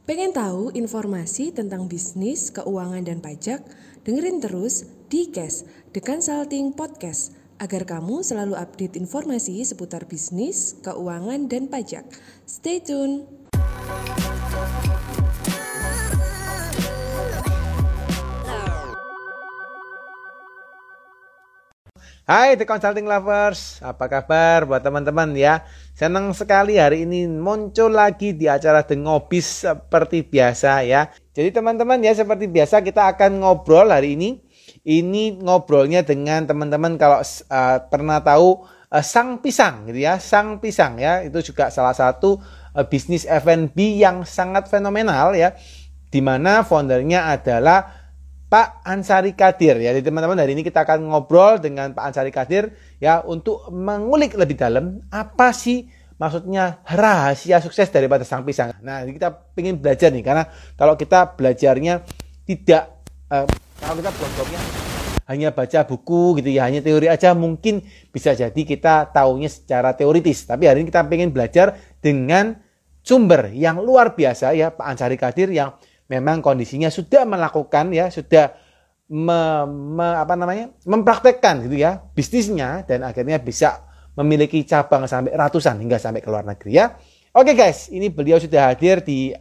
Pengen tahu informasi tentang bisnis, keuangan, dan pajak? Dengerin terus di Cash, The Consulting Podcast, agar kamu selalu update informasi seputar bisnis, keuangan, dan pajak. Stay tune! Hai The Consulting Lovers, apa kabar buat teman-teman ya? Senang sekali hari ini muncul lagi di acara The Ngobis seperti biasa ya. Jadi teman-teman ya, seperti biasa kita akan ngobrol hari ini. Ini ngobrolnya dengan teman-teman kalau pernah tahu Sang Pisang gitu ya. Sang Pisang ya, itu juga salah satu bisnis F&B yang sangat fenomenal ya. Di mana foundernya adalah Pak Ansari Kadir ya. Jadi teman-teman, hari ini kita akan ngobrol dengan Pak Ansari Kadir ya untuk mengulik lebih dalam apa sih maksudnya rahasia sukses daripada Sang Pisang. Nah, kita ingin belajar nih, karena kalau kita belajarnya tidak kalau kita blog-blognya hanya baca buku gitu ya, hanya teori aja, mungkin bisa jadi kita taunya secara teoritis. Tapi hari ini kita ingin belajar dengan sumber yang luar biasa ya, Pak Ansari Kadir, yang memang kondisinya sudah melakukan ya, sudah mempraktekkan gitu ya bisnisnya, dan akhirnya bisa memiliki cabang sampai ratusan hingga sampai ke luar negeri ya. Oke guys, ini beliau sudah hadir di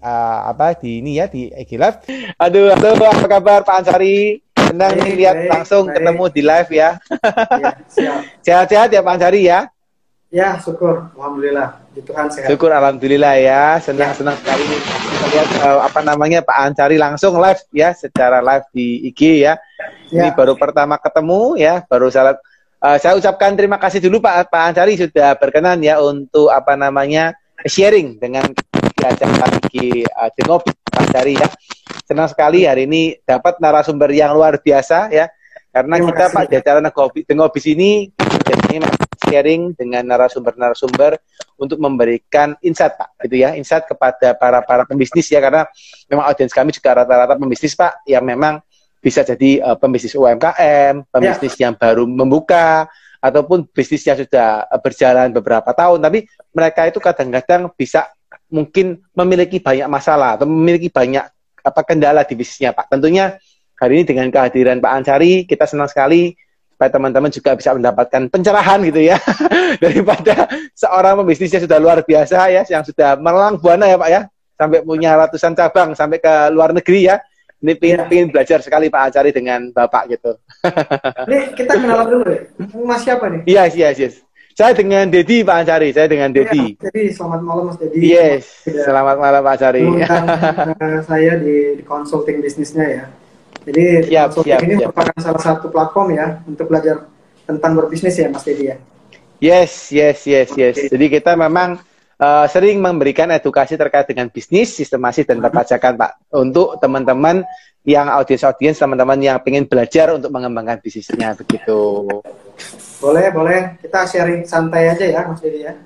di IG Live. Aduh, halo, apa kabar Pak Ansari? Senang nih lihat langsung ketemu di live ya. Sehat-sehat ya Pak Ansari ya? Ya, syukur, alhamdulillah. Di Tuhan sehat. Syukur alhamdulillah ya. Senang sekali nih lihat Pak Ansari langsung live ya, secara live di IG ya. Ini baru pertama ketemu ya, baru saya ucapkan terima kasih dulu Pak Ansari sudah berkenan ya untuk sharing dengan di acara IG The Ngobis Pak Ansari ya. Senang sekali hari ini dapat narasumber yang luar biasa ya. Karena kita Pak di acara The Ngobis ini biasanya sharing dengan narasumber-narasumber untuk memberikan insight Pak, gitu ya, insight kepada para pembisnis ya, karena memang audiens kami juga rata-rata pembisnis Pak, yang memang bisa jadi pembisnis UMKM, pembisnis yang baru membuka, ataupun bisnis yang sudah berjalan beberapa tahun, tapi mereka itu kadang-kadang bisa mungkin memiliki banyak masalah atau memiliki banyak kendala di bisnisnya Pak. Tentunya hari ini dengan kehadiran Pak Ansari, kita senang sekali supaya teman-teman juga bisa mendapatkan pencerahan gitu ya daripada seorang pembisnis yang sudah luar biasa ya, yang sudah melalang buana ya Pak ya, sampai punya ratusan cabang sampai ke luar negeri ya. Ini pengen belajar sekali Pak Ansari dengan Bapak gitu. Ini kita kenalan dulu ya. Mas siapa nih? Yes. Saya dengan Dedi Pak Ansari, saya dengan Dedi. Jadi selamat malam Mas Dedi. Yes, selamat malam Pak Ansari. Saya di consulting bisnisnya ya. Jadi ini merupakan salah satu platform ya untuk belajar tentang berbisnis ya Mas Dedi ya. Yes. Jadi kita memang sering memberikan edukasi terkait dengan bisnis, sistemasi dan perpajakan Pak, untuk teman-teman yang audiens teman-teman yang ingin belajar untuk mengembangkan bisnisnya begitu. Boleh. Kita sharing santai aja ya Mas Dedi ya.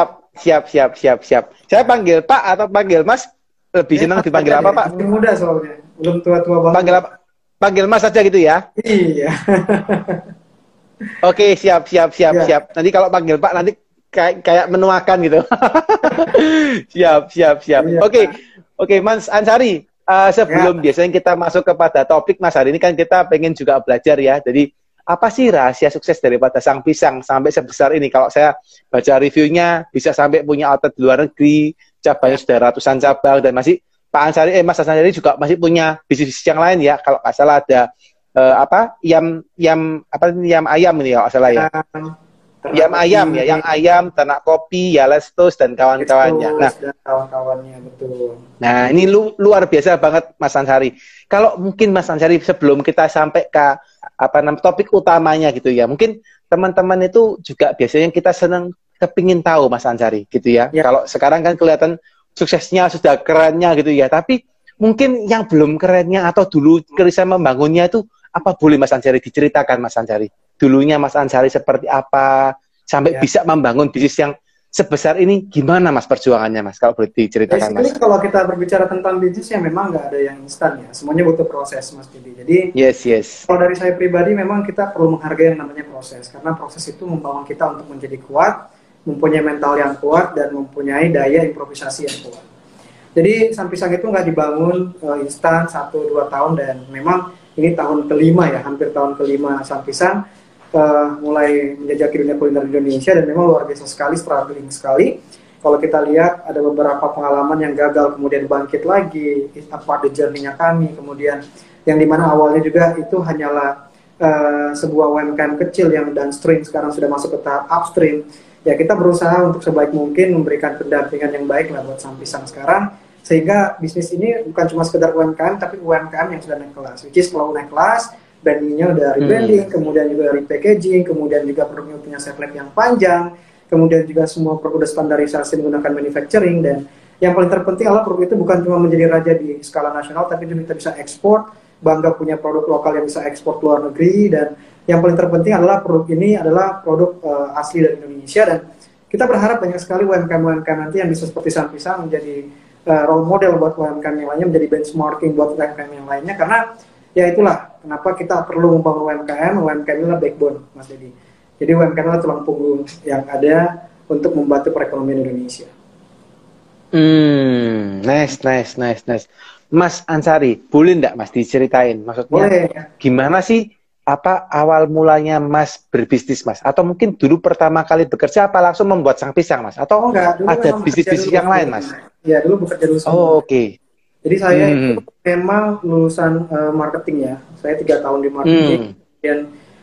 Siap. Saya panggil Pak atau panggil Mas? Lebih senang dipanggil apa Pak? Masih muda soalnya, belum tua-tua banget. Panggil apa? Panggil Mas saja gitu ya? Iya. Oke, siap. Nanti kalau panggil Pak nanti kayak menuakan gitu. Siap. Iya. Oke, Mas Ansari. Sebelum biasanya kita masuk kepada topik Mas, hari ini kan kita pengen juga belajar ya. Jadi apa sih rahasia sukses daripada Sang Pisang sampai sebesar ini? Kalau saya baca reviewnya bisa sampai punya outlet di luar negeri, cabangnya sudah ratusan cabang, dan masih Mas Ansari juga masih punya bisnis yang lain ya. Kalau nggak salah ada yam ayam ini ya, nggak salah ya. Yam ayam, ternak kopi, ya Lestos dan kawan-kawannya. Betul. Nah, ini luar biasa banget Mas Ansari. Kalau mungkin Mas Ansari sebelum kita sampai ke topik utamanya gitu ya, mungkin teman-teman itu juga biasanya kita kepingin tahu Mas Ansari gitu ya. Kalau sekarang kan kelihatan suksesnya sudah kerennya gitu ya, tapi mungkin yang belum kerennya atau dulu kerisau membangunnya itu apa, boleh Mas Ansari diceritakan Mas Ansari? Dulunya Mas Ansari seperti apa sampai bisa membangun bisnis yang sebesar ini, gimana Mas perjuangannya Mas, kalau boleh diceritakan Mas? Kalau kita berbicara tentang bisnis ya memang nggak ada yang instan ya, semuanya butuh proses Mas Didi. Jadi yes. Kalau dari saya pribadi memang kita perlu menghargai yang namanya proses, karena proses itu membangun kita untuk menjadi kuat, mempunyai mental yang kuat dan mempunyai daya improvisasi yang kuat. Jadi Sang Pisang itu nggak dibangun instan 1-2 tahun, dan memang ini tahun kelima ya, hampir tahun kelima Sang Pisang mulai menjajaki dunia kuliner Indonesia, dan memang luar biasa sekali, struggling sekali. Kalau kita lihat ada beberapa pengalaman yang gagal kemudian bangkit lagi, apa the journey-nya kami, kemudian yang dimana awalnya juga itu hanyalah sebuah UMKM kecil yang downstream, sekarang sudah masuk ke tahap upstream. Ya kita berusaha untuk sebaik mungkin memberikan pendampingan yang baik lah buat Sang Pisang sekarang, sehingga bisnis ini bukan cuma sekedar UMKM, tapi UMKM yang sudah naik kelas. Which is kalau naik kelas, brandingnya udah rebranding, kemudian juga repackaging, kemudian juga produknya punya shelf life yang panjang, kemudian juga semua produk standarisasi menggunakan manufacturing, dan yang paling terpenting adalah produk itu bukan cuma menjadi raja di skala nasional, tapi juga kita bisa ekspor, bangga punya produk lokal yang bisa ekspor ke luar negeri, dan yang paling terpenting adalah produk ini adalah produk asli dari Indonesia. Dan kita berharap banyak sekali UMKM-UMKM nanti yang bisa seperti Sang Pisang menjadi role model buat UMKM yang lainnya, menjadi benchmarking buat UMKM yang lainnya, karena ya itulah kenapa kita perlu membangun UMKM. UMKM adalah backbone, Mas Dedi. Jadi UMKM adalah tulang punggung yang ada untuk membantu perekonomian Indonesia. Nice. Mas Ansari, boleh nggak Mas diceritain? Maksudnya boleh. Gimana sih awal mulanya Mas berbisnis, Mas? Atau mungkin dulu pertama kali bekerja apa langsung membuat Sang Pisang, Mas? Atau enggak, ada bisnis-bisnis yang lain, Mas? Ya, dulu bekerja dulu. Oke. Jadi saya itu memang lulusan marketing ya. Saya 3 tahun di marketing, dan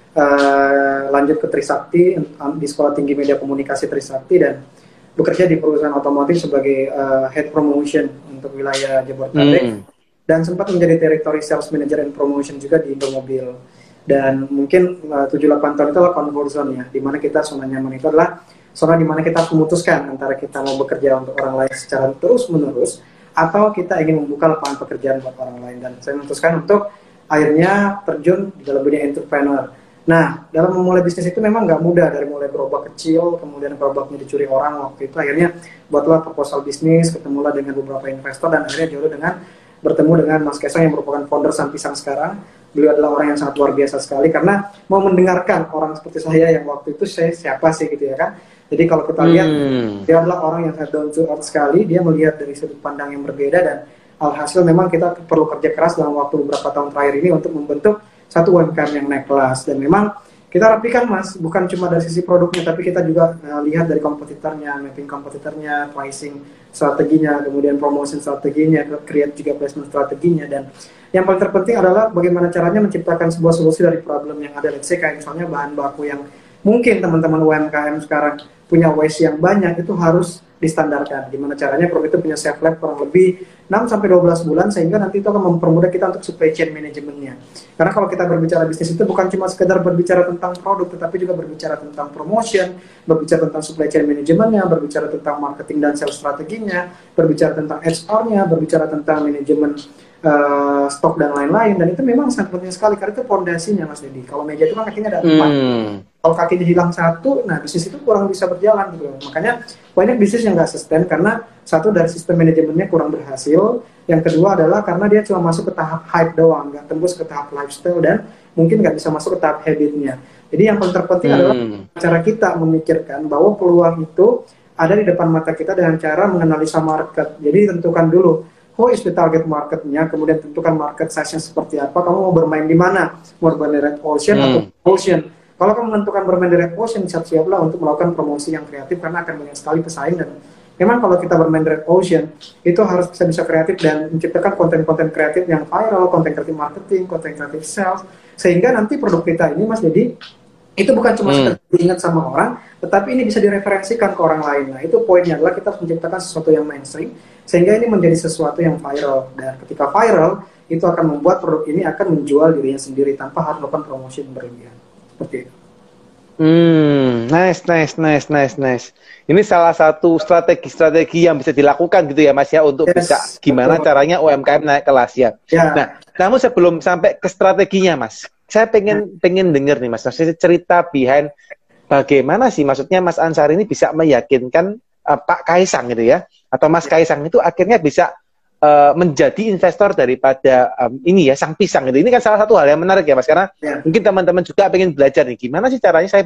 lanjut ke Trisakti di Sekolah Tinggi Media Komunikasi Trisakti, dan bekerja di perusahaan otomotif sebagai head promotion untuk wilayah Jabodetabek, dan sempat menjadi territory sales manager and promotion juga di Indomobil. Dan mungkin 7-8 tahun itu adalah comfort zone ya, dimana kita zona nyaman itu adalah zona dimana kita harus memutuskan antara kita mau bekerja untuk orang lain secara terus-menerus, atau kita ingin membuka lapangan pekerjaan buat orang lain. Dan saya memutuskan untuk akhirnya terjun di dalam dunia entrepreneur. Nah, dalam memulai bisnis itu memang nggak mudah, dari mulai gerobak kecil, kemudian gerobaknya dicuri orang waktu itu, akhirnya buatlah proposal bisnis, ketemulah dengan beberapa investor, dan akhirnya jodoh dengan bertemu dengan Mas Kaisang yang merupakan founder Sang Pisang sekarang. Beliau adalah orang yang sangat luar biasa sekali, karena mau mendengarkan orang seperti saya yang waktu itu saya siapa sih gitu ya kan. Jadi kalau kita lihat, dia adalah orang yang sangat down to earth sekali, dia melihat dari sudut pandang yang berbeda, dan alhasil memang kita perlu kerja keras dalam waktu beberapa tahun terakhir ini untuk membentuk satu UMKM yang naik kelas. Dan memang kita rapikan, Mas, bukan cuma dari sisi produknya, tapi kita juga lihat dari kompetitornya, mapping kompetitornya, pricing strateginya, kemudian promotion strateginya, create juga placement strateginya, dan yang paling terpenting adalah bagaimana caranya menciptakan sebuah solusi dari problem yang ada. Let's say kayak misalnya bahan baku yang mungkin teman-teman UMKM sekarang punya waste yang banyak, itu harus distandarkan. Gimana caranya produk itu punya shelf life kurang lebih 6-12 bulan, sehingga nanti itu akan mempermudah kita untuk supply chain manajemennya. Karena kalau kita berbicara bisnis itu bukan cuma sekedar berbicara tentang produk, tetapi juga berbicara tentang promotion, berbicara tentang supply chain manajemennya, berbicara tentang marketing dan sales strateginya, berbicara tentang HR-nya, berbicara tentang manajemen stok dan lain-lain. Dan itu memang sangat penting sekali, karena itu fondasinya, Mas Dedi. Kalau meja itu kan kakinya ada 4. Kalau kakinya hilang 1, nah bisnis itu kurang bisa berjalan gitu. Makanya banyak bisnis yang nggak sustain karena satu, dari sistem manajemennya kurang berhasil. Yang kedua adalah karena dia cuma masuk ke tahap hype doang, nggak tembus ke tahap lifestyle, dan mungkin nggak bisa masuk ke tahap habitnya. Jadi yang paling terpenting adalah cara kita memikirkan bahwa peluang itu ada di depan mata kita dengan cara menganalisa market. Jadi tentukan dulu who is the target marketnya, kemudian tentukan market size-nya seperti apa, kamu mau bermain di mana, mau bermain di red ocean atau ocean. Kalau kamu menentukan bermain di red ocean, siap-siaplah untuk melakukan promosi yang kreatif, karena akan banyak sekali pesaing. Dan memang kalau kita bermain di red ocean, itu harus bisa kreatif dan menciptakan konten-konten kreatif yang viral, konten kreatif marketing, konten kreatif sales, sehingga nanti produk kita ini, Mas Dedi, itu bukan cuma sekedar diingat sama orang, tetapi ini bisa direferensikan ke orang lain. Nah, itu poinnya adalah kita harus menciptakan sesuatu yang mainstream, sehingga ini menjadi sesuatu yang viral. Dan ketika viral, itu akan membuat produk ini akan menjual dirinya sendiri tanpa harus melakukan promosi berlebihan. Seperti itu. Nice. Ini salah satu strategi yang bisa dilakukan gitu ya, Mas ya, untuk bisa gimana caranya UMKM naik kelas ya. Nah, namun sebelum sampai ke strateginya, Mas, saya pengen dengar nih, Mas, maksudnya cerita behind bagaimana sih maksudnya Mas Ansari ini bisa meyakinkan Pak Kaisang gitu ya, atau Mas Kaisang itu akhirnya bisa menjadi investor daripada ini ya, Sang Pisang gitu. Ini kan salah satu hal yang menarik ya, Mas, karena mungkin teman-teman juga pengen belajar nih, gimana sih caranya saya bisa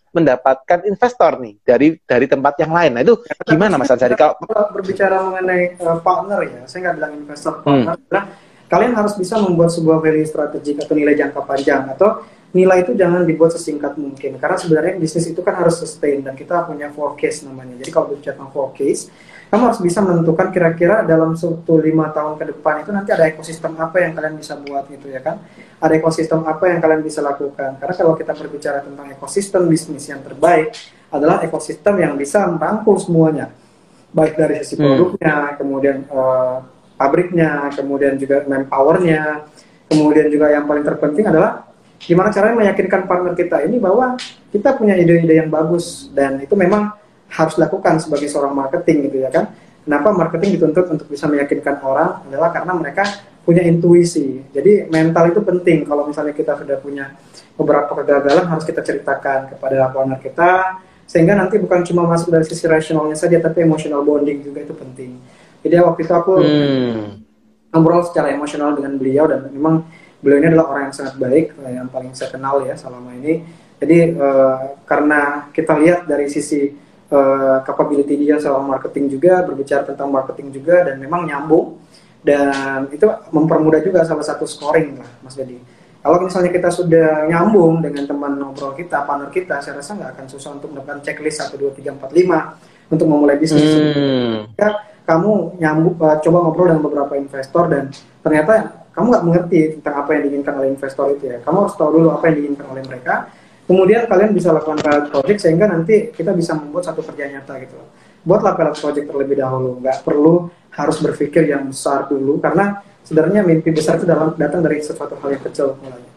mendapatkan investor nih dari tempat yang lain. Nah itu gimana Mas Ansari? Kalau berbicara mengenai partner ya, saya nggak bilang investor, partner adalah kalian harus bisa membuat sebuah value strategik atau nilai jangka panjang, atau nilai itu jangan dibuat sesingkat mungkin, karena sebenarnya bisnis itu kan harus sustain dan kita punya forecast namanya. Jadi kalau berbicara tentang forecast, kamu harus bisa menentukan kira-kira dalam 5 tahun ke depan itu nanti ada ekosistem apa yang kalian bisa buat gitu ya kan. Ada ekosistem apa yang kalian bisa lakukan. Karena kalau kita berbicara tentang ekosistem bisnis yang terbaik adalah ekosistem yang bisa merangkul semuanya. Baik dari sisi produknya, kemudian pabriknya, kemudian juga manpower-nya, kemudian juga yang paling terpenting adalah gimana caranya meyakinkan partner kita ini bahwa kita punya ide-ide yang bagus, dan itu memang harus dilakukan sebagai seorang marketing gitu ya kan. Kenapa marketing dituntut untuk bisa meyakinkan orang adalah karena mereka punya intuisi. Jadi mental itu penting. Kalau misalnya kita sudah punya beberapa kegagalan, harus kita ceritakan kepada partner kita, sehingga nanti bukan cuma masuk dari sisi rasionalnya saja, tapi emotional bonding juga itu penting. Jadi waktu itu aku ngobrol secara emosional dengan beliau, dan memang beliau ini adalah orang yang sangat baik, yang paling saya kenal ya selama ini. Jadi karena kita lihat dari sisi capability dia seorang marketing juga, berbicara tentang marketing juga, dan memang nyambung, dan itu mempermudah juga salah satu scoring lah Mas Dedi. Kalau misalnya kita sudah nyambung dengan teman ngobrol kita, partner kita, saya rasa nggak akan susah untuk mendapatkan checklist 1, 2, 3, 4, 5 untuk memulai bisnis. Ya, kamu nyambung, coba ngobrol dengan beberapa investor, dan ternyata kamu nggak mengerti tentang apa yang diinginkan oleh investor itu ya. Kamu harus tahu dulu apa yang diinginkan oleh mereka. Kemudian kalian bisa lakukan pilot project, sehingga nanti kita bisa membuat satu kerja nyata gitu. Buatlah pilot project terlebih dahulu. Nggak perlu harus berpikir yang besar dulu, karena sebenarnya mimpi besar itu datang dari sesuatu hal yang kecil mulanya.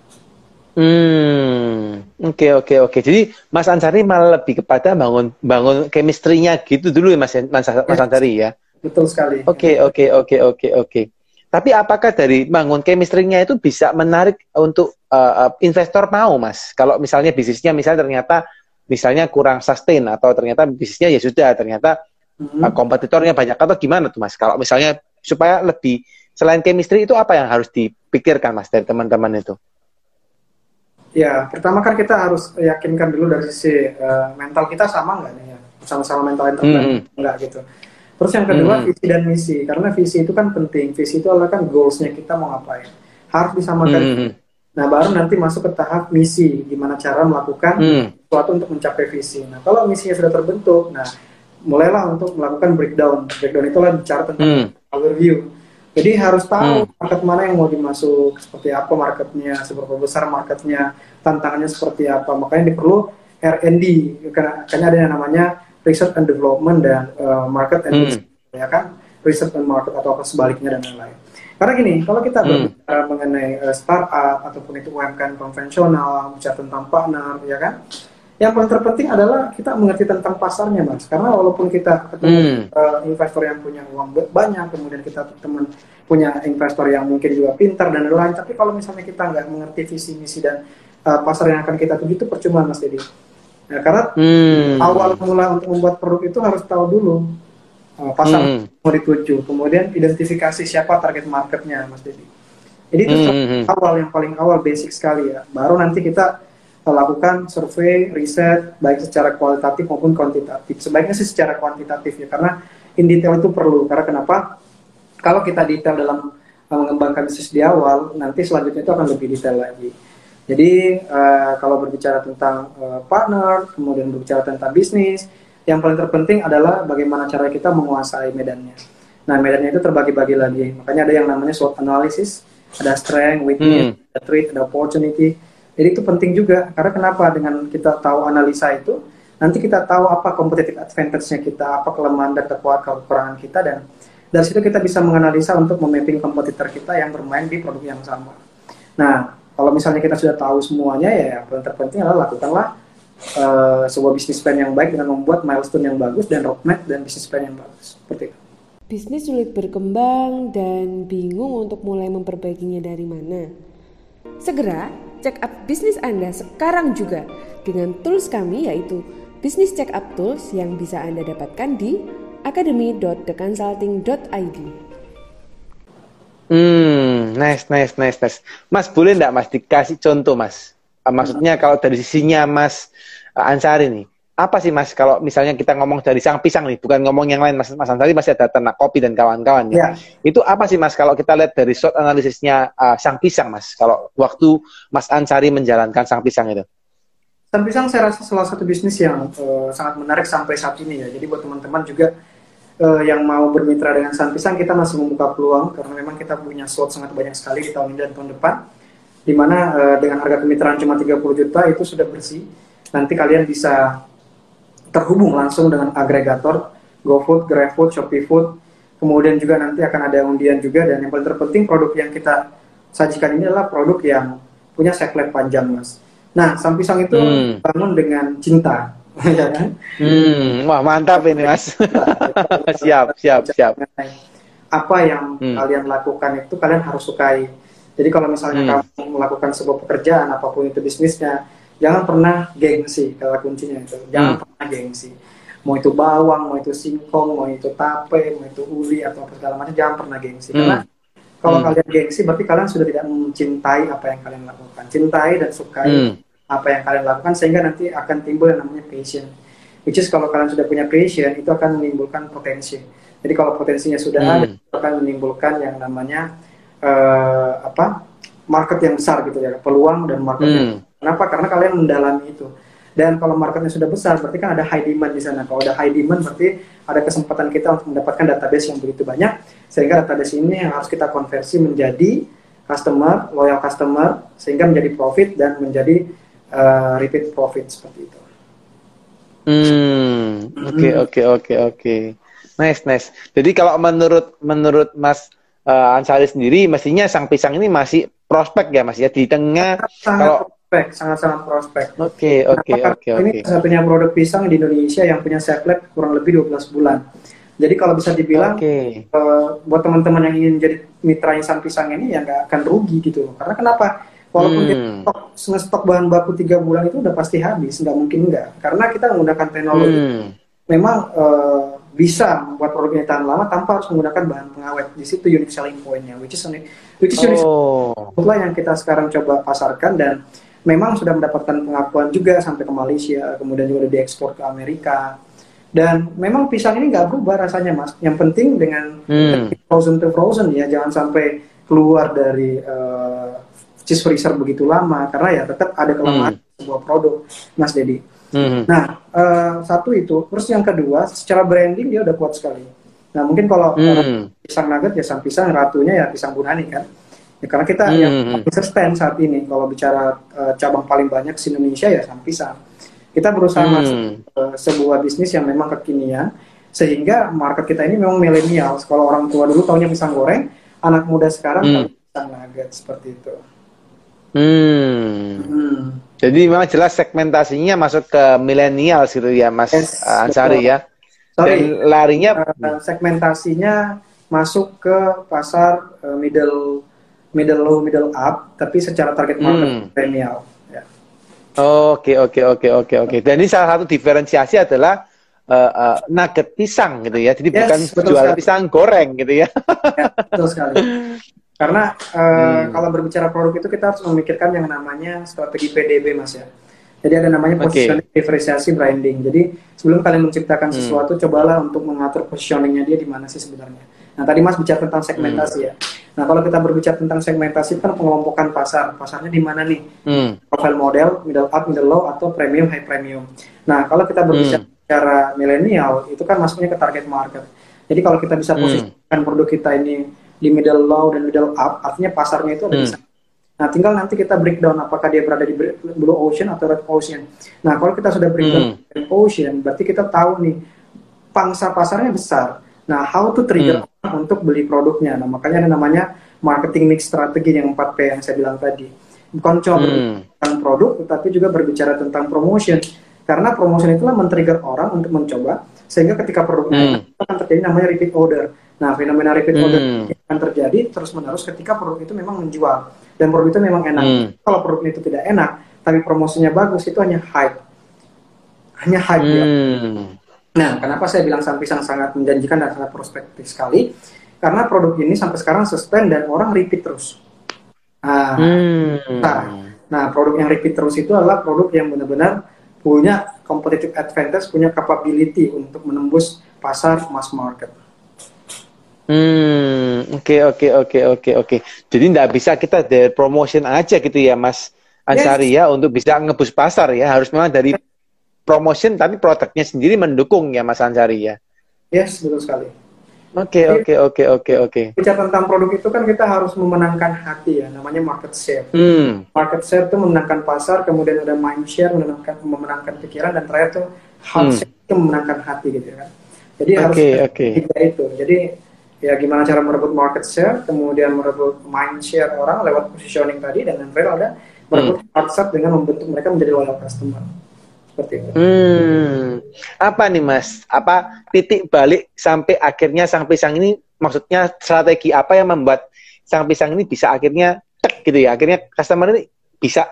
Oke. Jadi Mas Ansari malah lebih kepada bangun chemistry-nya gitu dulu ya Mas Ansari ya. Betul sekali. Oke. Tapi apakah dari bangun chemistry-nya itu bisa menarik untuk investor mau, Mas? Kalau misalnya bisnisnya ternyata kurang sustain, atau ternyata bisnisnya ya sudah, ternyata kompetitornya banyak, atau gimana tuh, Mas? Kalau misalnya supaya lebih, selain chemistry itu apa yang harus dipikirkan, Mas, dari teman-teman itu? Ya, pertama kan kita harus yakinkan dulu dari sisi mental kita sama nggak nih ya? Sama-sama mental yang terbaik, nggak gitu. Terus yang kedua, visi dan misi. Karena visi itu kan penting. Visi itu adalah kan goals-nya kita mau ngapain. Harus disamakan. Nah, baru nanti masuk ke tahap misi. Gimana cara melakukan sesuatu untuk mencapai visi. Nah, kalau misinya sudah terbentuk, nah, mulailah untuk melakukan breakdown. Breakdown itu adalah bicara tentang overview. Jadi harus tahu market mana yang mau dimasuk, seperti apa marketnya, seberapa besar marketnya, tantangannya seperti apa. Makanya diperlu R&D. Karena ada yang namanya research and development dan market and research, ya kan, research and market atau apa sebaliknya dan lain-lain. Karena gini, kalau kita berbicara mengenai startup ataupun itu UMKM konvensional, bicara tentang partner, ya kan, yang paling terpenting adalah kita mengerti tentang pasarnya, Mas. Karena walaupun kita ketemu investor yang punya uang banyak, kemudian kita teman punya investor yang mungkin juga pintar dan lain-lain, tapi kalau misalnya kita nggak mengerti visi misi dan pasar yang akan kita tuju, itu percuma, Mas Dedi. Ya, karena awal mula untuk membuat produk itu harus tahu dulu pasar mau dituju, kemudian identifikasi siapa target marketnya, Mas Dedi. Jadi itu yang paling awal, basic sekali ya. Baru nanti kita lakukan survei, riset, baik secara kualitatif maupun kuantitatif. Sebaiknya sih secara kuantitatif ya, karena in detail itu perlu. Karena kenapa? Kalau kita detail dalam mengembangkan bisnis di awal, nanti selanjutnya itu akan lebih detail lagi. Jadi kalau berbicara tentang partner, kemudian berbicara tentang bisnis, yang paling terpenting adalah bagaimana cara kita menguasai medannya. Nah, medannya itu terbagi-bagi lagi. Makanya ada yang namanya SWOT analysis, ada strength, weakness, ada threat, ada opportunity. Jadi itu penting juga, karena kenapa? Dengan kita tahu analisa itu, nanti kita tahu apa competitive advantage-nya kita, apa kelemahan dan kekurangan kita, dan dari situ kita bisa menganalisa untuk memapping kompetitor kita yang bermain di produk yang sama. Nah, kalau misalnya kita sudah tahu semuanya, ya yang paling terpenting adalah lakukanlah sebuah bisnis plan yang baik dengan membuat milestone yang bagus dan roadmap dan bisnis plan yang bagus. Seperti itu. Bisnis sulit berkembang dan bingung untuk mulai memperbaikinya dari mana? Segera check up bisnis Anda sekarang juga dengan tools kami, yaitu Business Check Up Tools yang bisa Anda dapatkan di academy.theconsulting.id. Nice. Mas, boleh nggak Mas dikasih contoh, Mas? Maksudnya kalau dari sisinya Mas Ansari nih. Apa sih Mas kalau misalnya kita ngomong dari sang pisang nih, bukan ngomong yang lain Mas Ansari masih ada ternak kopi dan kawan-kawan ya. Itu apa sih Mas kalau kita lihat dari short analisisnya sang pisang Mas, kalau waktu Mas Ansari menjalankan sang pisang itu? Sang pisang saya rasa salah satu bisnis yang sangat menarik sampai saat ini ya. Jadi buat teman-teman juga yang mau bermitra dengan sang pisang, kita masih membuka peluang karena memang kita punya slot sangat banyak sekali di tahun ini dan tahun depan. Di mana dengan harga kemitraan cuma 30 juta itu sudah bersih. Nanti kalian bisa terhubung langsung dengan agregator GoFood, GrabFood, ShopeeFood. Kemudian juga nanti akan ada undian juga, dan yang paling terpenting produk yang kita sajikan ini adalah produk yang punya shelf life panjang, Mas. Nah, sang pisang itu bangun dengan cinta, ya kan? Wah, mantap ini, Mas. Siap. Apa yang kalian lakukan itu kalian harus sukai. Jadi kalau misalnya kamu melakukan sebuah pekerjaan, apapun itu bisnisnya, jangan pernah gengsi, kata kuncinya itu. Jangan pernah gengsi. Mau itu bawang, mau itu singkong, mau itu tape, mau itu uli, atau apa segala macam, jangan pernah gengsi. Karena kalau kalian gengsi, berarti kalian sudah tidak mencintai apa yang kalian lakukan. Cintai dan sukai apa yang kalian lakukan, sehingga nanti akan timbul yang namanya passion. Which is kalau kalian sudah punya passion, itu akan menimbulkan potensi. Jadi kalau potensinya sudah ada, itu akan menimbulkan yang namanya market yang besar gitu ya, peluang dan market yang. Kenapa? Karena kalian mendalami itu. Dan kalau marketnya sudah besar, berarti kan ada high demand di sana. Kalau ada high demand, berarti ada kesempatan kita untuk mendapatkan database yang begitu banyak, sehingga database ini yang harus kita konversi menjadi customer, loyal customer, sehingga menjadi profit dan menjadi repeat profit seperti itu. Oke. Nice. Jadi kalau menurut Mas Ansari sendiri, mestinya sang pisang ini masih prospek ya Mas ya, di tengah sangat prospek. Oke. Ini satunya produk pisang di Indonesia yang punya shelf life kurang lebih 12 bulan. Jadi kalau bisa dibilang buat teman-teman yang ingin jadi mitra sang pisang ini ya nggak akan rugi gitu. Karena kenapa? Walaupun kita stok bahan baku 3 bulan itu udah pasti habis, nggak mungkin enggak. Karena kita menggunakan teknologi. Memang bisa membuat produknya tahan lama tanpa harus menggunakan bahan pengawet. Di situ unique selling point-nya, which is unique yang kita sekarang coba pasarkan, dan memang sudah mendapatkan pengakuan juga sampai ke Malaysia, kemudian juga diekspor ke Amerika. Dan memang pisang ini nggak berubah rasanya, Mas. Yang penting dengan frozen to frozen ya, jangan sampai keluar dari cheese freezer begitu lama, karena ya tetap ada kelemahan sebuah produk, Mas Dedi. Nah, satu itu. Terus yang kedua, secara branding dia udah kuat sekali. Nah, mungkin kalau pisang nugget ya sang pisang, ratunya ya pisang Bunani kan. Ya, karena kita yang sustain saat ini, kalau bicara cabang paling banyak di Indonesia ya sang pisang. Kita berusaha masuk sebuah bisnis yang memang kekinian, sehingga market kita ini memang milenial. Kalau orang tua dulu taunya pisang goreng, anak muda sekarang pisang nugget, seperti itu. Jadi memang jelas segmentasinya masuk ke milenial gitu ya Mas Ansari ya. Dan larinya segmentasinya masuk ke pasar middle low, middle up, tapi secara target market milenial. Ya. Oke. Dan ini salah satu diferensiasi adalah nugget pisang gitu ya. Jadi bukan jual pisang goreng gitu ya. Ya, betul sekali. Karena kalau berbicara produk itu kita harus memikirkan yang namanya strategi PDB, Mas ya. Jadi ada namanya positioning, diferensiasi, branding. Jadi sebelum kalian menciptakan sesuatu, cobalah untuk mengatur positioningnya dia di mana sih sebenarnya. Nah tadi Mas bicara tentang segmentasi ya. Nah kalau kita berbicara tentang segmentasi kan pengelompokan pasarnya di mana nih? Profile model, middle up, middle low, atau premium, high premium. Nah kalau kita berbicara secara milenial, itu kan masuknya ke target market. Jadi kalau kita bisa posisikan produk kita ini di middle low dan middle up, artinya pasarnya itu ada di sana. Nah, tinggal nanti kita breakdown apakah dia berada di blue ocean atau red ocean. Nah, kalau kita sudah breakdown red ocean, berarti kita tahu nih pangsa pasarnya besar. Nah, how to trigger orang untuk beli produknya. Nah, makanya ada namanya marketing mix strategi yang 4P yang saya bilang tadi. Bukan cuma berbicara tentang produk, tetapi juga berbicara tentang promotion. Karena promotion itulah men-trigger orang untuk mencoba, sehingga ketika produknya akan terjadi namanya repeat order. Nah, fenomena repeat order akan terjadi terus-menerus ketika produk itu memang menjual dan produk itu memang enak. Kalau produk itu tidak enak, tapi promosinya bagus, itu hanya hype. Hanya hype. Ya. Nah, kenapa saya bilang sang pisang sangat menjanjikan dan sangat prospektif sekali? Karena produk ini sampai sekarang sustain dan orang repeat terus. Nah, produk yang repeat terus itu adalah produk yang benar-benar punya competitive advantage, punya capability untuk menembus pasar mass market. Oke. Jadi nggak bisa kita dari promotion aja gitu ya, Mas Ansari ya, untuk bisa ngebus pasar ya. Harus memang dari promotion, tapi produknya sendiri mendukung ya, Mas Ansari ya. Yes, betul sekali. Oke. Bicara tentang produk itu kan kita harus memenangkan hati ya, namanya market share. Market share itu memenangkan pasar, kemudian ada mind share, memenangkan pikiran, dan terakhir itu heart share itu memenangkan hati gitu kan. Jadi harus tiga itu. Jadi ya gimana cara merebut market share, kemudian merebut mind share orang lewat positioning tadi, dan yang terakhir ada merebut heart share dengan membentuk mereka menjadi loyal customer. Seperti itu. Apa nih Mas? Apa titik balik sampai akhirnya sang pisang ini, maksudnya strategi apa yang membuat sang pisang ini bisa akhirnya gitu ya? Akhirnya customer ini bisa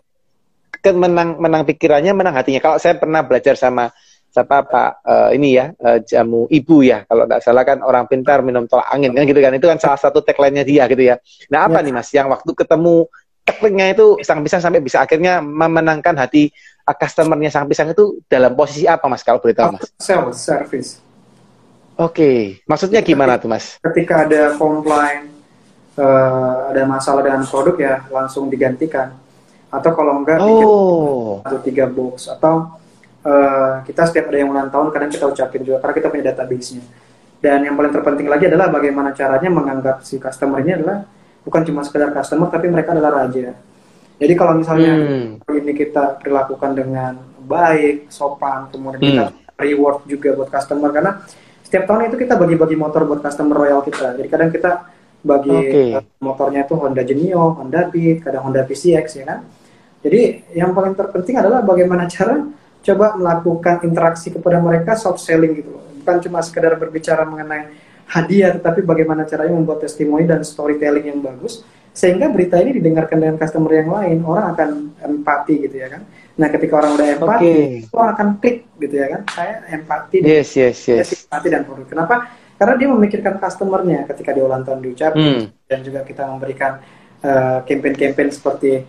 menang pikirannya, menang hatinya. Kalau saya pernah belajar sama Pak jamu ibu ya, kalau nggak salah kan, orang pintar minum tolak angin kan gitu kan, itu kan salah satu tagline-nya dia gitu ya. Nah apa nih Mas yang waktu ketemu tagline-nya itu sang pisang sampai bisa akhirnya memenangkan hati customer-nya sang pisang itu dalam posisi apa Mas, kalau boleh tahu Mas? Sales service. Oke, maksudnya gimana tuh Mas? Ketika ada komplain, ada masalah dengan produk ya langsung digantikan, atau kalau enggak bikin 1-3 box, atau kita setiap ada yang ulang tahun kadang kita ucapin juga, karena kita punya database-nya. Dan yang paling terpenting lagi adalah bagaimana caranya menganggap si customer ini adalah bukan cuma sekedar customer, tapi mereka adalah raja. Jadi kalau misalnya ini kita perlakukan dengan baik, sopan, kemudian kita reward juga buat customer, karena setiap tahun itu kita bagi-bagi motor buat customer royal kita. Jadi kadang kita bagi motornya itu Honda Genio, Honda Beat, kadang Honda PCX ya kan. Jadi yang paling terpenting adalah bagaimana cara coba melakukan interaksi kepada mereka, soft selling gitu loh. Bukan cuma sekedar berbicara mengenai hadiah, tetapi bagaimana caranya membuat testimoni dan storytelling yang bagus, sehingga berita ini didengarkan dengan customer yang lain, orang akan empati gitu ya kan. Nah ketika orang udah empati, orang akan klik gitu ya kan, saya empati, empati dan produk. Kenapa? Karena dia memikirkan customernya ketika dia ulang tahun diucapin, dan juga kita memberikan campaign-campaign seperti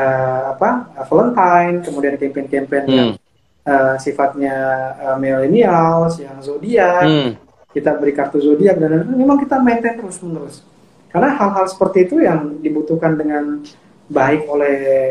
Valentine, kemudian campaign-campaign yang sifatnya millennials, yang zodiak, kita beri kartu zodiak, dan memang kita maintain terus-menerus. Karena hal-hal seperti itu yang dibutuhkan dengan baik oleh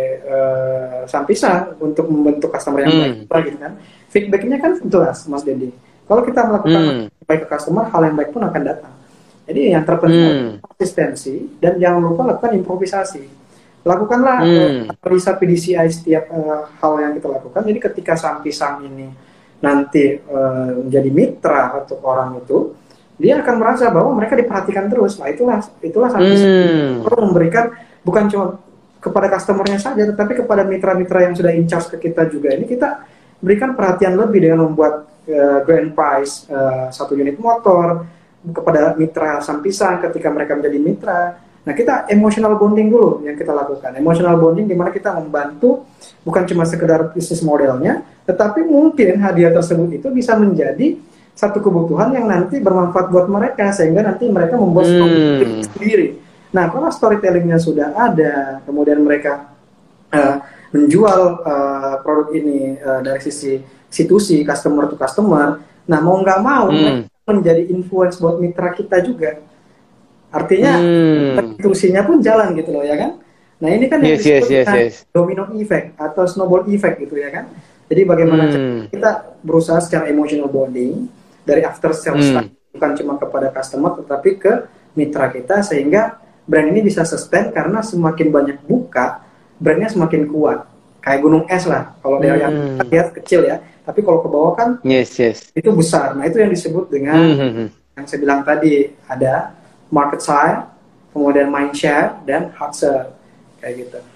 sang pisang untuk membentuk customer yang baik, gitu kan. Feedbacknya kan jelas, Mas Dedi. Kalau kita melakukan baik ke customer, hal yang baik pun akan datang. Jadi yang terpenting konsistensi, dan jangan lupa lakukan improvisasi. Lakukanlah riset PDCI setiap hal yang kita lakukan. Jadi ketika sang pisang ini nanti menjadi mitra untuk orang itu, dia akan merasa bahwa mereka diperhatikan terus. Nah itulah sang pisang perlu memberikan bukan cuma kepada customernya saja, tetapi kepada mitra-mitra yang sudah in charge ke kita juga. Ini kita berikan perhatian lebih dengan membuat grand prize 1 unit motor kepada mitra sang pisang ketika mereka menjadi mitra. Nah kita emotional bonding dulu yang kita lakukan. Emotional bonding di mana kita membantu bukan cuma sekedar bisnis modelnya, tetapi mungkin hadiah tersebut itu bisa menjadi satu kebutuhan yang nanti bermanfaat buat mereka, sehingga nanti mereka membuat storytelling sendiri. Nah kalau storytellingnya sudah ada, kemudian mereka menjual produk ini dari sisi institusi, customer to customer, nah mau nggak mau mereka menjadi influence buat mitra kita juga. Artinya institusinya pun jalan gitu loh ya kan. Nah ini kan yang disebut domino effect atau snowball effect gitu ya kan. Jadi bagaimana kita berusaha secara emotional bonding dari after sales bukan cuma kepada customer tetapi ke mitra kita, sehingga brand ini bisa sustain, karena semakin banyak buka brandnya semakin kuat. Kayak gunung es lah, kalau dia yang lihat kecil ya, tapi kalau ke bawah kan itu besar. Nah itu yang disebut dengan yang saya bilang tadi, ada market share, kemudian mind share, dan heart share, kayak gitu.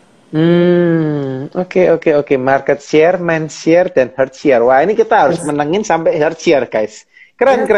Oke. Market share, mind share, dan heart share. Wah ini kita harus menangin sampai heart share, guys. Keren.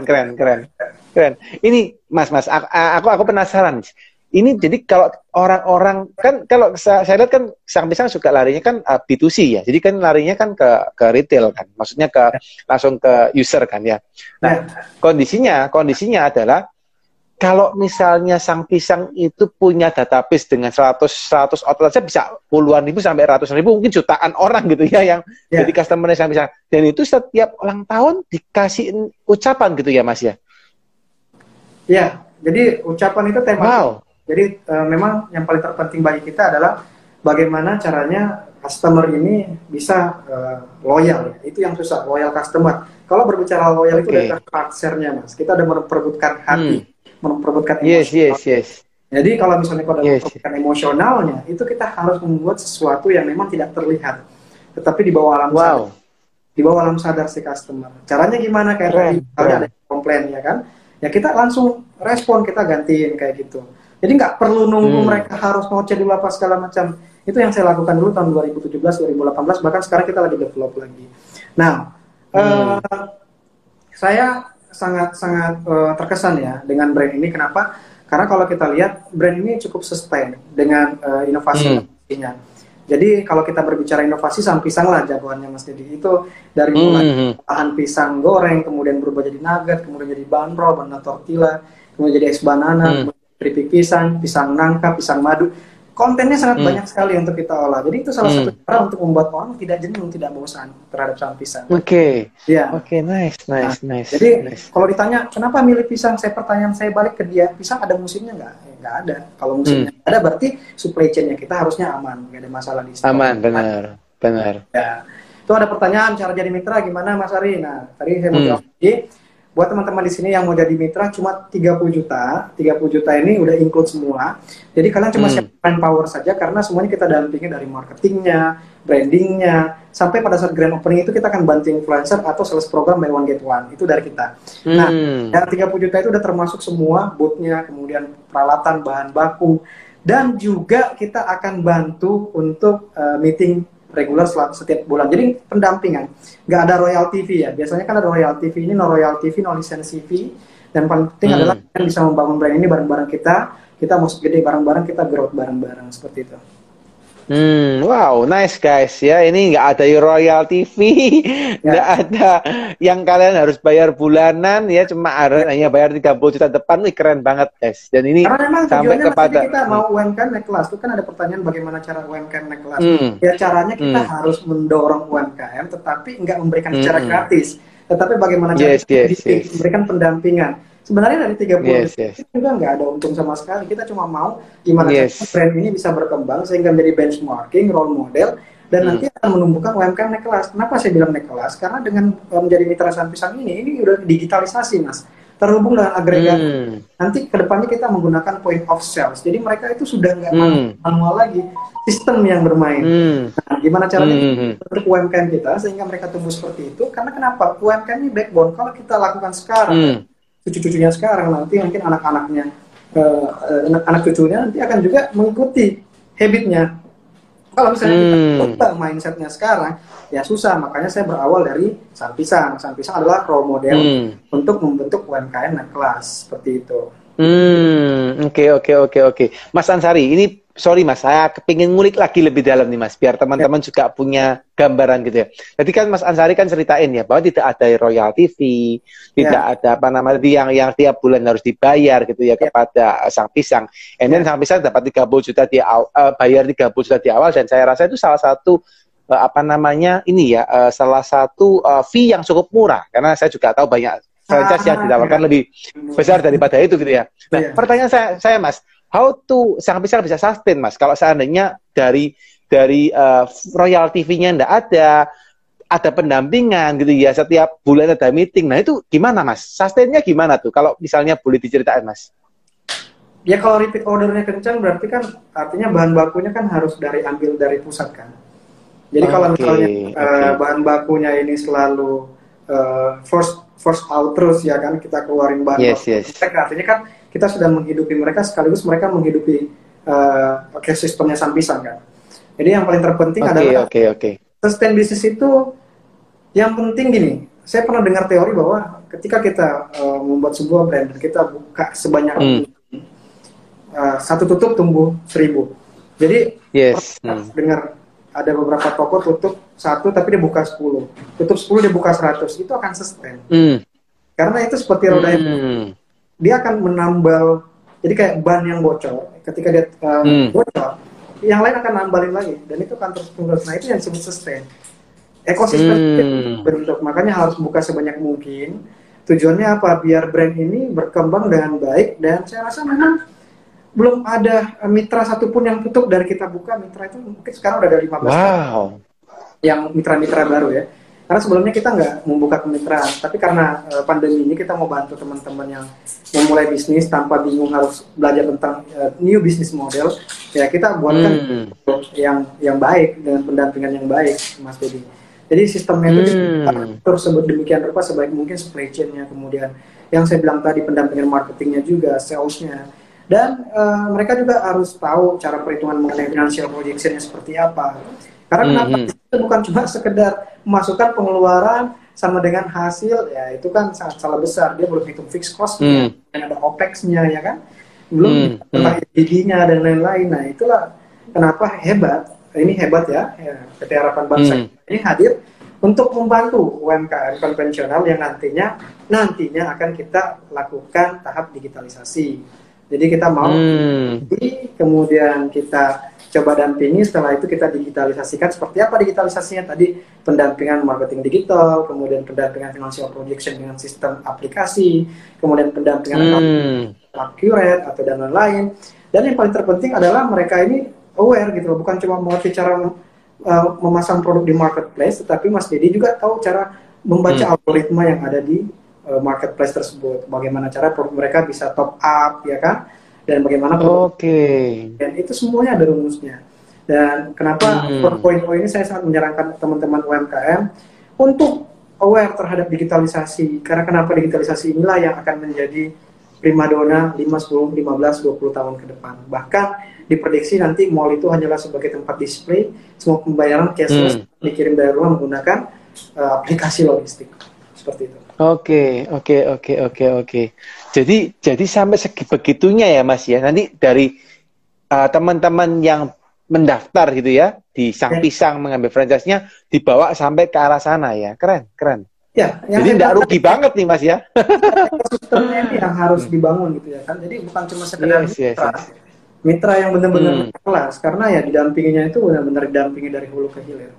Ini Mas, aku penasaran. Ini jadi kalau orang-orang kan, kalau saya lihat kan sang pisang suka larinya kan B2C ya. Jadi kan larinya kan ke retail kan. Maksudnya langsung ke user kan ya. Nah, kondisinya adalah kalau misalnya Sang Pisang itu punya database dengan 100 outlet saja bisa puluhan ribu sampai ratusan ribu, mungkin jutaan orang gitu ya yang jadi customer Sang Pisang. Dan itu setiap ulang tahun dikasih ucapan gitu ya Mas ya? Ya, jadi ucapan itu tema. Wow. Jadi memang yang paling terpenting bagi kita adalah bagaimana caranya customer ini bisa loyal. Itu yang susah, loyal customer. Kalau berbicara loyal itu dari share-nya Mas. Kita ada memperebutkan hati, memperebutkan emosi. Yes. Jadi kalau misalnya kalau ada memperebutkan emosionalnya, itu kita harus membuat sesuatu yang memang tidak terlihat, tetapi di bawah alam sadar. Di bawah alam sadar si customer. Caranya gimana? Kayak tadi, kalau ada komplain ya kan? Ya kita langsung respon, kita gantiin kayak gitu. Jadi nggak perlu nunggu mereka harus ngoceh dulu apa segala macam. Itu yang saya lakukan dulu tahun 2017, 2018, bahkan sekarang kita lagi develop lagi. Nah, saya sangat terkesan ya dengan brand ini. Kenapa? Karena kalau kita lihat brand ini cukup sustain dengan inovasi-inovasinya. Jadi kalau kita berbicara inovasi, Sang Pisang lah jagoannya Mas Dedi. Itu dari mulai bahan pisang goreng, kemudian berubah jadi nugget, kemudian jadi bandrol, banana tortilla, kemudian jadi es banana, keripik pisang, pisang nangka, pisang madu. Kontennya sangat banyak sekali untuk kita olah. Jadi itu salah satu cara untuk membuat orang tidak jenuh, tidak bosan terhadap Sang Pisang. Oke. Ya. Oke, nice. Jadi kalau ditanya kenapa milih pisang, pertanyaan saya balik ke dia, pisang ada musimnya nggak? Ya, nggak ada. Kalau musimnya ada, berarti supply chain-nya kita harusnya aman, nggak ada masalah di stok. Aman, benar. Ya. Itu ada pertanyaan cara jadi mitra gimana Mas Ari? Nah, tadi saya mau jawab lagi. Buat teman-teman di sini yang mau jadi mitra cuma 30 juta. 30 juta ini udah include semua. Jadi kalian cuma siapkan power saja karena semuanya kita dampingi dari marketingnya, brandingnya, sampai pada saat grand opening itu kita akan bantu influencer atau sales program buy one get one. Itu dari kita. Nah, dari 30 juta itu udah termasuk semua booth-nya, kemudian peralatan, bahan baku, dan juga kita akan bantu untuk meeting regular setiap bulan. Jadi pendampingan, nggak ada royalty fee ya. Biasanya kan ada royalty fee, ini no royalty fee, no lisensi fee. Dan paling penting adalah kita bisa membangun brand ini bareng-bareng kita mau gede bareng-bareng, kita growth bareng-bareng seperti itu. Wow, nice guys ya. Ini nggak ada royalty fee, nggak ada yang kalian harus bayar bulanan ya. Cuma hanya bayar 30 juta depan. Nih keren banget guys. Dan ini karena memang sampai kepada kita mau UMKM naik kelas. Itu kan ada pertanyaan bagaimana cara UMKM naik kelas. Ya caranya kita harus mendorong UMKM, tetapi nggak memberikan secara gratis. Tetapi bagaimana cara memberikan pendampingan. Sebenarnya dari 30 itu juga nggak ada untung sama sekali. Kita cuma mau gimana brand ini bisa berkembang sehingga menjadi benchmarking, role model, dan nanti akan menumbuhkan UMKM naik kelas. Kenapa saya bilang naik kelas? Karena dengan menjadi mitra Sang Pisang ini udah digitalisasi Mas. Terhubung dengan agregat. Nanti kedepannya kita menggunakan point of sales. Jadi mereka itu sudah nggak manual lagi, sistem yang bermain. Nah, gimana caranya untuk UMKM kita sehingga mereka tumbuh seperti itu? Karena kenapa? UMKM ini backbone. Kalau kita lakukan sekarang, cucu-cucunya sekarang, nanti mungkin anak-anaknya, anak cucunya nanti akan juga mengikuti habitnya. Kalau misalnya kita ubah mindsetnya sekarang, ya susah. Makanya saya berawal dari Sang Pisang. Sang Pisang adalah role model untuk membentuk UMKM naik kelas seperti itu. Oke. Mas Ansari, ini sorry Mas, saya kepingin ngulik lagi lebih dalam nih Mas, biar teman-teman juga punya gambaran gitu ya. Jadi kan Mas Ansari kan ceritain ya, bahwa tidak ada royalty fee, tidak ada apa namanya yang tiap bulan harus dibayar gitu ya kepada Sang Pisang. And then Sang Pisang dapat 30 juta bayar 30 juta di awal, dan saya rasa itu salah satu salah satu fee yang cukup murah, karena saya juga tahu banyak franchise yang ditawarkan lebih besar daripada itu gitu ya. Nah, pertanyaan saya Mas, how to Sang Pisang bisa sustain Mas kalau seandainya dari royalty fee-nya enggak ada pendampingan gitu ya, setiap bulan ada meeting. Nah, itu gimana Mas? Sustain-nya gimana tuh kalau misalnya boleh diceritain Mas? Ya kalau repeat order-nya kencang berarti kan artinya bahan bakunya kan harus ambil dari pusat kan. Jadi kalau misalnya bahan bakunya ini selalu force out terus ya kan, kita keluarin bahan baku mereka, artinya kan kita sudah menghidupi mereka sekaligus mereka menghidupi ekosistemnya Sang Pisang kan. Jadi yang paling terpenting adalah sustain bisnis itu yang penting gini. Saya pernah dengar teori bahwa ketika kita membuat sebuah brand, kita buka sebanyak satu tutup tumbuh 1000. Jadi dengar ada beberapa toko tutup 1 tapi dia buka 10, tutup 10 dia buka 100, itu akan sustain. Karena itu seperti roda yang dia akan menambal, jadi kayak ban yang bocor, ketika dia bocor, yang lain akan nambalin lagi, dan itu akan terus. Nah itu yang disebut sustain. Ekosistem bentuk, makanya harus buka sebanyak mungkin. Tujuannya apa? Biar brand ini berkembang dengan baik, dan saya rasa memang belum ada mitra satupun yang tutup dari kita buka. Mitra itu mungkin sekarang udah ada 15 yang mitra-mitra baru ya. Karena sebelumnya kita nggak membuka kemitraan, tapi karena pandemi ini kita mau bantu teman-teman yang memulai bisnis tanpa bingung harus belajar tentang new business model. Ya kita buatkan yang baik dengan pendampingan yang baik, Mas Dedi. Jadi sistemnya itu terus demikian rupa sebaik mungkin, supply chain-nya, kemudian yang saya bilang tadi pendampingan marketingnya juga, sales-nya, dan mereka juga harus tahu cara perhitungan mengenai financial projection-nya seperti apa. Karena kenapa itu bukan cuma sekedar memasukkan pengeluaran sama dengan hasil, ya itu kan sangat salah besar. Dia belum hitung fixed cost-nya, dan ada OPEX-nya ya kan, belum tentang EBD-nya dan lain-lain. Nah itulah kenapa hebat. Ini hebat ya, PT Harapan Bangsa ini hadir untuk membantu UMKM konvensional yang nantinya akan kita lakukan tahap digitalisasi. Jadi kita mau kemudian kita coba dampingi, setelah itu kita digitalisasikan. Seperti apa digitalisasinya? Tadi pendampingan marketing digital, kemudian pendampingan financial projection dengan sistem aplikasi, kemudian pendampingan accurate atau dan lain-lain. Dan yang paling terpenting adalah mereka ini aware gitu loh, bukan cuma mengerti cara memasang produk di marketplace, tetapi Mas Dedi juga tahu cara membaca algoritma yang ada di marketplace tersebut, bagaimana cara produk mereka bisa top up ya kan, dan bagaimana dan itu semuanya ada rumusnya. Dan kenapa poin ini saya sangat menyarankan teman-teman UMKM untuk aware terhadap digitalisasi, karena kenapa digitalisasi inilah yang akan menjadi primadona 5, 10, 15, 20 tahun ke depan. Bahkan diprediksi nanti mall itu hanyalah sebagai tempat display, semua pembayaran cashless dikirim dari rumah menggunakan aplikasi logistik. Seperti itu. Oke. Jadi sampai begitunya ya Mas ya. Nanti dari teman-teman yang mendaftar gitu ya di Sang Pisang mengambil franchise-nya dibawa sampai ke arah sana ya. Keren. Ya, jadi tidak rugi banget nih Mas ya. Sistemnya ini yang harus dibangun gitu ya kan. Jadi bukan cuma sekedar mitra yang benar-benar kelas, karena ya didampinginya itu benar-benar didampingi dari hulu ke hilir.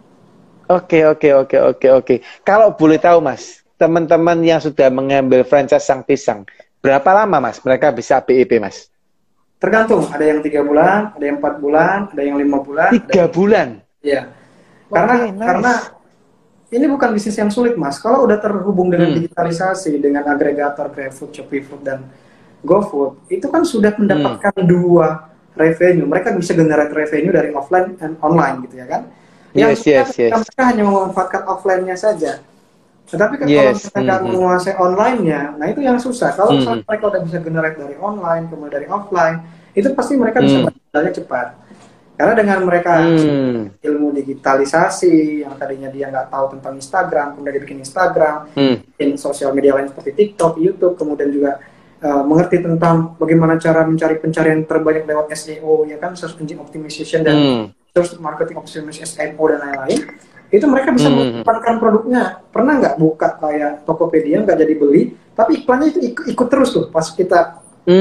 Oke. Kalau boleh tahu Mas, teman-teman yang sudah mengambil franchise Sang Pisang, berapa lama Mas mereka bisa BEP Mas? Tergantung, ada yang 3 bulan, ada yang 4 bulan, ada yang 5 bulan. 3 bulan? Iya. Karena ini bukan bisnis yang sulit Mas. Kalau udah terhubung dengan digitalisasi, dengan agregator GrabFood, ShopeeFood, dan GoFood, itu kan sudah mendapatkan 2 revenue. Mereka bisa generate revenue dari offline dan online gitu ya kan. Yes. Mereka hanya memanfaatkan offline-nya saja. Tetapi kan kalau mereka nggak menguasai online-nya, nah itu yang susah. Kalau misalnya mereka udah bisa generate dari online, kemudian dari offline, itu pasti mereka bisa berjalannya cepat. Karena dengan mereka ilmu digitalisasi, yang tadinya dia nggak tahu tentang Instagram, kemudian dia bikin Instagram, bikin sosial media lain seperti TikTok, YouTube, kemudian juga mengerti tentang bagaimana cara mencari pencarian terbanyak lewat SEO, ya kan, search engine optimization dan search marketing optimization, SEO dan lain-lain. Itu mereka bisa mengembangkan produknya. Pernah nggak buka kayak Tokopedia nggak jadi beli, tapi iklannya itu ikut terus tuh pas kita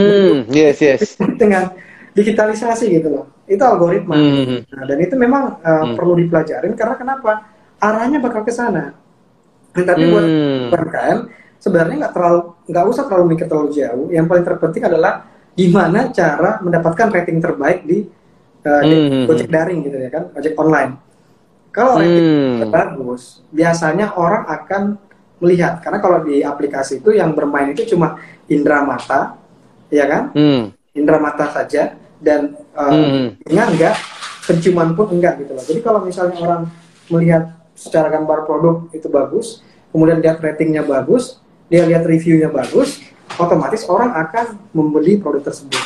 dengan digitalisasi gitu loh. Itu algoritma. Nah, dan itu memang perlu dipelajarin karena kenapa? Arahnya bakal ke sana. Tapi buat UMKM sebenarnya nggak usah terlalu mikir terlalu jauh. Yang paling terpenting adalah gimana cara mendapatkan rating terbaik di ojek daring gitu ya kan, ojek online. Kalau rating bagus, biasanya orang akan melihat, karena kalau di aplikasi itu yang bermain itu cuma indera mata, ya kan? Indera mata saja, dan enggak, penciuman pun enggak gitu loh. Jadi kalau misalnya orang melihat secara gambar produk itu bagus, kemudian lihat ratingnya bagus, dia lihat reviewnya bagus, otomatis orang akan membeli produk tersebut.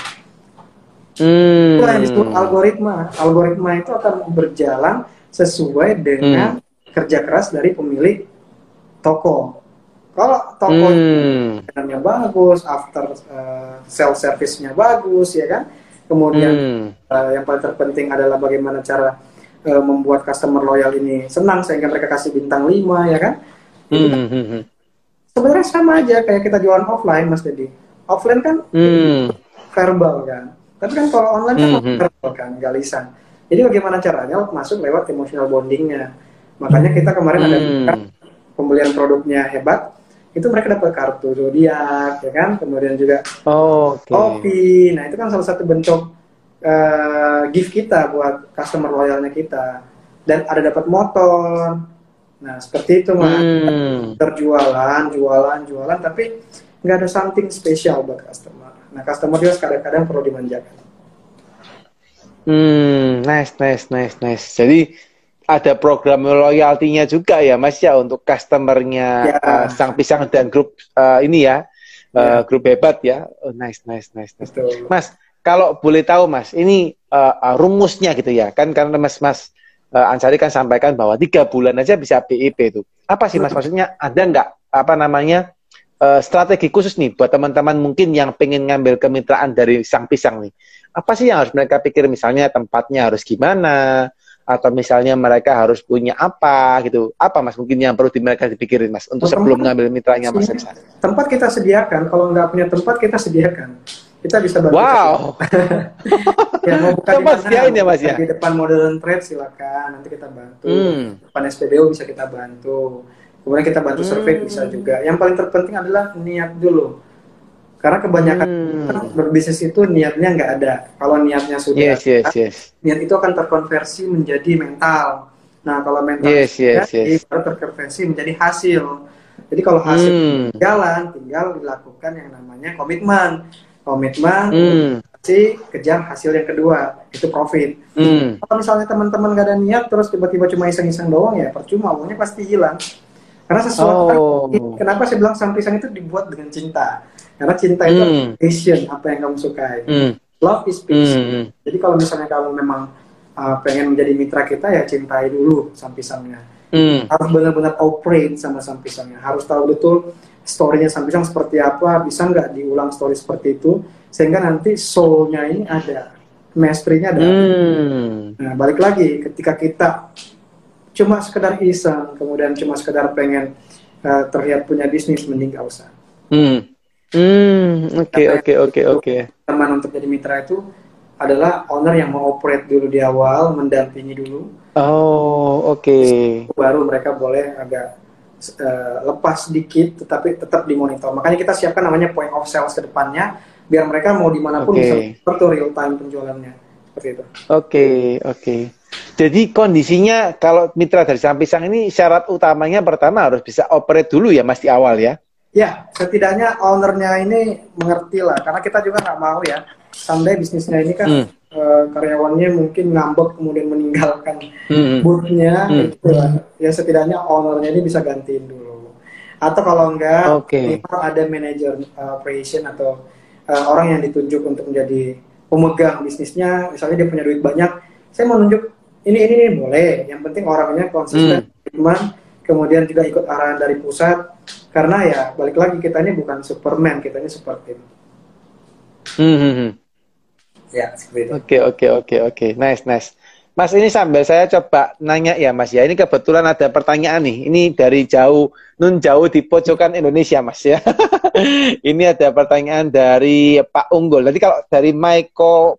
Itu yang disebut algoritma. Algoritma itu akan berjalan sesuai dengan kerja keras dari pemilik toko. Kalau tokonya bagus, after sales service-nya bagus, ya kan. Kemudian yang paling terpenting adalah bagaimana cara membuat customer loyal ini senang sehingga mereka kasih bintang 5, ya kan. Sebenarnya sama aja kayak kita jualan offline, Mas Dedi. Offline kan verbal kan. Tapi kan kalau online kan verbal kan, nggak lisan. Jadi bagaimana caranya masuk lewat emotional bondingnya. Makanya kita kemarin ada pembelian produknya hebat, itu mereka dapat kartu zodiak, ya kan? Kemudian juga kopi. Nah itu kan salah satu bentuk gift kita buat customer loyalnya kita. Dan ada dapat motor. Nah seperti itu mah. Jualan, tapi nggak ada something spesial buat customer. Nah customer juga kadang-kadang perlu dimanjakan. Nice. Jadi ada program loyalty-nya juga ya Mas ya untuk customernya Sang Pisang dan grup ini ya, grup hebat ya. Nice. Betul. Mas, kalau boleh tahu Mas, ini rumusnya gitu ya, kan karena Mas Ansari kan sampaikan bahwa 3 bulan aja bisa BIP itu. Apa sih Mas maksudnya? Ada nggak strategi khusus nih buat teman-teman mungkin yang pengen ngambil kemitraan dari Sang Pisang nih? Apa sih yang harus mereka pikir? Misalnya tempatnya harus gimana? Atau misalnya mereka harus punya apa gitu? Apa Mas mungkin yang perlu mereka dipikirin Mas untuk sebelum ngambil mitranya Mas Eksan? Tempat kita sediakan, kalau nggak punya tempat kita sediakan. Kita bisa bantu. Wow. Ya, mau buka di mana? Ya, Mas, ya? Di depan Modern Trade silakan, nanti kita bantu. Depan SPBU bisa kita bantu. Kemudian kita bantu survei bisa juga. Yang paling terpenting adalah niat dulu. Karena kebanyakan berbisnis itu niatnya nggak ada. Kalau niatnya sudah niat itu akan terkonversi menjadi mental. Nah kalau mental baru terkonversi menjadi hasil. Jadi kalau hasil jalan, tinggal dilakukan yang namanya komitmen. Kejar hasil yang kedua, itu profit. Kalau misalnya teman-teman nggak ada niat, terus tiba-tiba cuma iseng-iseng doang ya, percuma, uangnya pasti hilang. Karena sesuatu, kenapa saya bilang Sang Pisang itu dibuat dengan cinta? Karena cinta itu passion, apa yang kamu sukai. Love is passion. Jadi kalau misalnya kamu memang pengen menjadi mitra kita, ya cintai dulu Sang Pisangnya. Harus benar-benar operate sama Sang Pisangnya. Harus tahu betul story-nya Sang Pisang seperti apa, bisa nggak diulang story seperti itu, sehingga nanti soul-nya ini ada, mastery-nya ada. Nah, balik lagi, ketika kita cuma sekedar iseng, kemudian cuma sekedar pengen terlihat punya bisnis, mending nggak usah. Oke. Teman untuk jadi mitra itu adalah owner yang mau operate dulu di awal, mendampingi dulu. Baru mereka boleh agak lepas sedikit, tetapi tetap dimonitor. Makanya kita siapkan namanya point of sales ke depannya, biar mereka mau dimanapun bisa seperti real time penjualannya. Seperti itu. Oke. Jadi kondisinya kalau mitra dari Sang Pisang ini syarat utamanya pertama harus bisa operate dulu ya Mas di awal ya? Ya, setidaknya ownernya ini mengerti lah, karena kita juga nggak mau ya, someday bisnisnya ini kan karyawannya mungkin ngambek kemudian meninggalkan booth-nya, gitu lah. Ya setidaknya ownernya ini bisa gantiin dulu. Atau kalau enggak, ada manajer operation atau orang yang ditunjuk untuk menjadi pemegang bisnisnya, misalnya dia punya duit banyak, saya mau nunjuk ini boleh, yang penting orangnya konsisten, kemudian juga ikut arahan dari pusat, karena ya balik lagi kita ini bukan Superman, kita ini super team. Ya, seperti itu. Oke. Nice. Mas, ini sambil saya coba nanya ya Mas ya. Ini kebetulan ada pertanyaan nih. Ini dari nun jauh di pojokan Indonesia Mas ya. Ini ada pertanyaan dari Pak Unggul. Jadi kalau dari Mike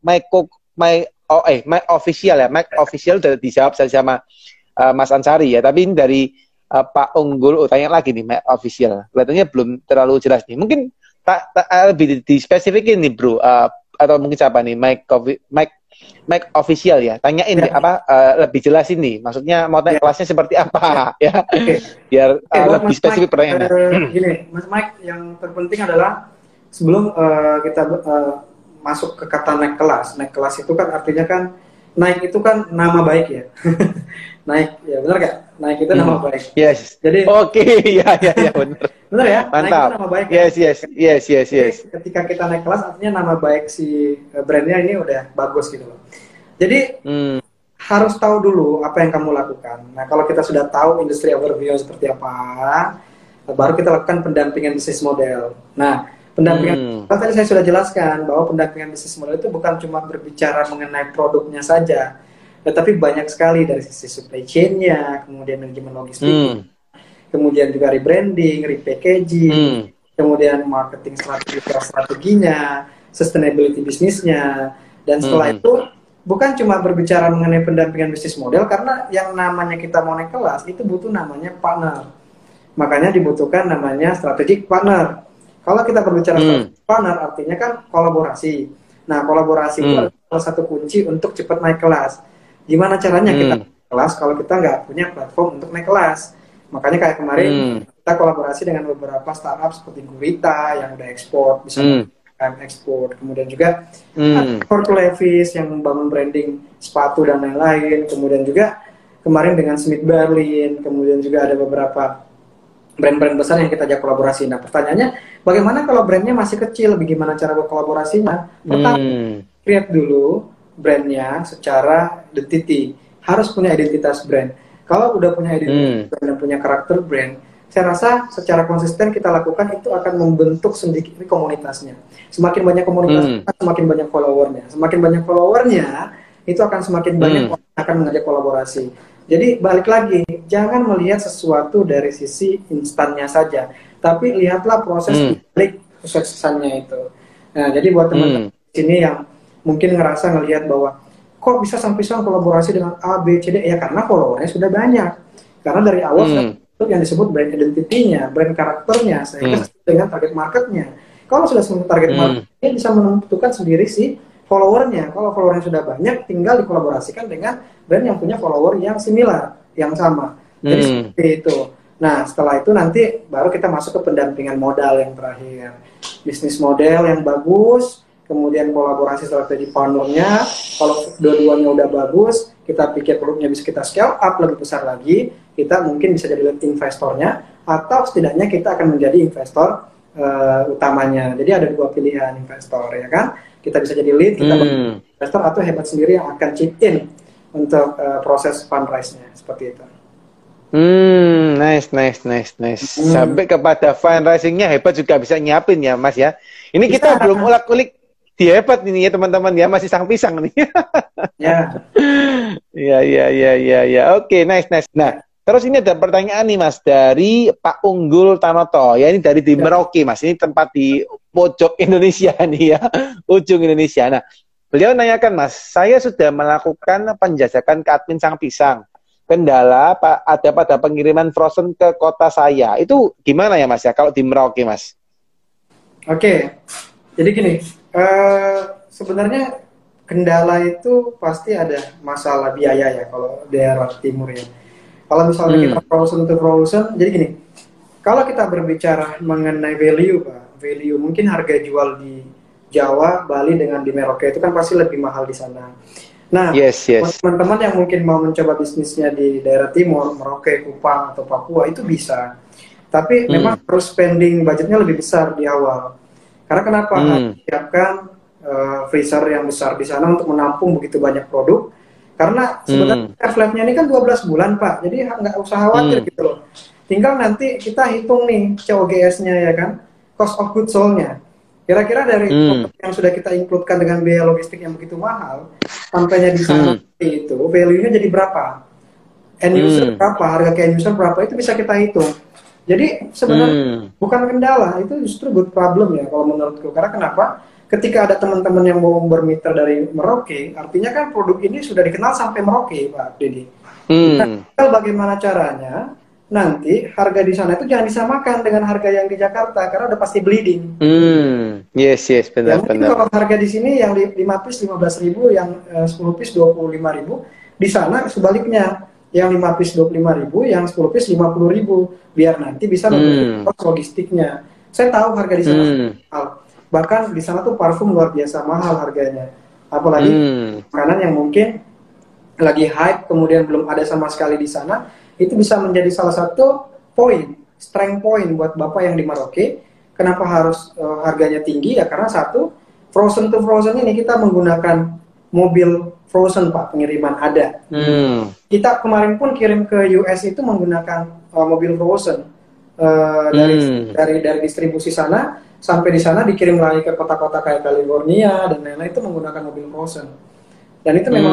Official ya. Mike Official sudah dijawab sama Mas Ansari ya. Tapi ini dari Pak Unggul, tanya lagi nih Mike Official. Kelihatannya belum terlalu jelas nih. Mungkin lebih dispesifikin nih Bro. Atau mungkin siapa nih Mike Official ya, tanyain lebih jelas ini, maksudnya mau tanya kelasnya seperti apa ya, biar lebih spesifik pertanyaannya. Gini Mas Mike, yang terpenting adalah sebelum kita masuk ke kata naik kelas itu kan artinya kan naik itu kan nama baik ya. Naik ya, benar gak? Naik itu nama baik. Yes. Jadi ya benar. Benar ya? Mantap. Naik itu nama baik. Yes. Ketika kita naik kelas artinya nama baik si brandnya ini udah bagus gitu loh. Jadi harus tahu dulu apa yang kamu lakukan. Nah kalau kita sudah tahu industri overview seperti apa, baru kita lakukan pendampingan bisnis model. Nah pendampingan tadi saya sudah jelaskan bahwa pendampingan bisnis model itu bukan cuma berbicara mengenai produknya saja, tetapi banyak sekali dari sisi supply chain-nya, kemudian manajemen logistik, kemudian juga rebranding, repackaging, kemudian marketing strateginya, sustainability bisnisnya, dan setelah itu bukan cuma berbicara mengenai pendampingan bisnis model, karena yang namanya kita mau naik kelas itu butuh namanya partner. Makanya dibutuhkan namanya strategic partner. Kalau kita berbicara strategic partner artinya kan kolaborasi. Nah, kolaborasi itu adalah salah satu kunci untuk cepat naik kelas. Gimana caranya kita naik kelas kalau kita nggak punya platform untuk naik kelas? Makanya kayak kemarin kita kolaborasi dengan beberapa startup seperti Gurita yang udah ekspor, bisa ekspor, kemudian juga Porto Levis yang membangun branding sepatu dan lain-lain, kemudian juga kemarin dengan Smith Berlin, kemudian juga ada beberapa brand-brand besar yang kita ajak kolaborasi. Nah, pertanyaannya, bagaimana kalau brandnya masih kecil? Bagaimana cara berkolaborasinya? Pertama, create dulu brandnya secara identity. Harus punya identitas brand. Kalau udah punya identitas brand dan punya karakter brand, saya rasa secara konsisten kita lakukan itu akan membentuk sedikit komunitasnya. Semakin banyak komunitas, semakin banyak followernya. Semakin banyak followernya, itu akan semakin banyak orang yang akan mengajak kolaborasi. Jadi balik lagi, jangan melihat sesuatu dari sisi instannya saja, tapi lihatlah proses balik kesuksesannya itu. Nah, jadi buat teman-teman di sini yang mungkin ngerasa ngelihat bahwa kok bisa sampai kolaborasi dengan A, B, C, D, ya karena followernya sudah banyak. Karena dari awal yang disebut brand identity-nya, brand karakternya, sehingga dengan target marketnya. Kalau sudah semua target marketnya, bisa menentukan sendiri sih followernya. Kalau followernya sudah banyak, tinggal dikolaborasikan dengan brand yang punya follower yang similar, yang sama. Jadi seperti itu. Nah, setelah itu nanti baru kita masuk ke pendampingan modal yang terakhir. Bisnis model yang bagus, kemudian kolaborasi strategi partnernya. Kalau dua-duanya udah bagus, kita pikir produknya bisa kita scale up lebih besar lagi, kita mungkin bisa jadi lead investornya, atau setidaknya kita akan menjadi investor utamanya. Jadi ada dua pilihan investor, ya kan? Kita bisa jadi lead, kita investor, atau hebat sendiri yang akan chip in untuk proses fundraise-nya, seperti itu. Nice. Sampai kepada fundraising-nya hebat juga bisa nyiapin ya, Mas ya. Ini bisa, kita belum ulak-ulik dia hebat ini ya teman-teman ya, masih sang pisang nih. Ya. Oke, nice. Nah, terus ini ada pertanyaan nih Mas dari Pak Unggul Tanoto. Ya, ini dari di Merauke Mas. Ini tempat di pojok Indonesia nih ya, ujung Indonesia. Nah, beliau nanyakan Mas, saya sudah melakukan penjajakan ke admin sang pisang. Kendala ada pada pengiriman frozen ke kota saya. Itu gimana ya Mas ya kalau di Merauke Mas? Oke. Jadi gini, sebenarnya kendala itu pasti ada masalah biaya ya kalau daerah timur ya. Kalau misalnya kita frozen to frozen, jadi gini, kalau kita berbicara mengenai value Pak, value mungkin harga jual di Jawa, Bali dengan di Merauke itu kan pasti lebih mahal di sana. Nah, teman-teman yang mungkin mau mencoba bisnisnya di daerah timur, Merauke, Kupang atau Papua itu bisa. Tapi memang harus spending budgetnya lebih besar di awal. Karena kenapa? Harus siapkan freezer yang besar di sana untuk menampung begitu banyak produk. Karena sebenarnya life-nya ini kan 12 bulan Pak, jadi nggak usah khawatir gitu loh. Tinggal nanti kita hitung nih COGS-nya ya kan, cost of goods sold-nya. Kira-kira dari yang sudah kita include-kan dengan biaya logistik yang begitu mahal, sampainya di sana itu value-nya jadi berapa? End user berapa? Harga ke end user berapa? Itu bisa kita hitung. Jadi sebenarnya bukan kendala, itu justru good problem ya kalau menurutku. Karena kenapa? Ketika ada teman-teman yang mau bermitra dari Merauke, artinya kan produk ini sudah dikenal sampai Merauke, Pak Deddy. Nah, bagaimana caranya nanti harga di sana itu jangan disamakan dengan harga yang di Jakarta, karena udah pasti bleeding. Yes, benar. Kalau harga di sini yang 5 piece 15.000, yang 10 piece 25.000, di sana sebaliknya. Yang 5 piece 25.000, yang 10 piece 50.000, biar nanti bisa membeli kos logistiknya. Saya tahu harga di sana mahal. Bahkan di sana tuh parfum luar biasa mahal harganya. Apalagi makanan yang mungkin lagi hype, kemudian belum ada sama sekali di sana, itu bisa menjadi salah satu strength point buat Bapak yang di Merauke. Kenapa harus harganya tinggi? Ya karena satu, frozen to frozen ini kita menggunakan mobil frozen Pak, pengiriman ada. Kita kemarin pun kirim ke US itu menggunakan mobil frozen dari distribusi sana sampai di sana dikirim lagi ke kota-kota kayak California dan lain-lain, itu menggunakan mobil frozen. Dan itu memang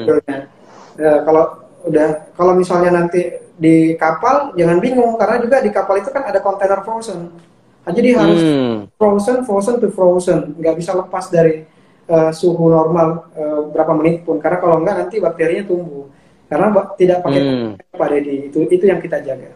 kalau misalnya nanti di kapal jangan bingung, karena juga di kapal itu kan ada kontainer frozen. Jadi harus frozen to frozen, nggak bisa lepas dari suhu normal berapa menit pun, karena kalau nggak nanti bakterinya tumbuh. Karena tidak pakai Pak Deddy, itu yang kita jaga.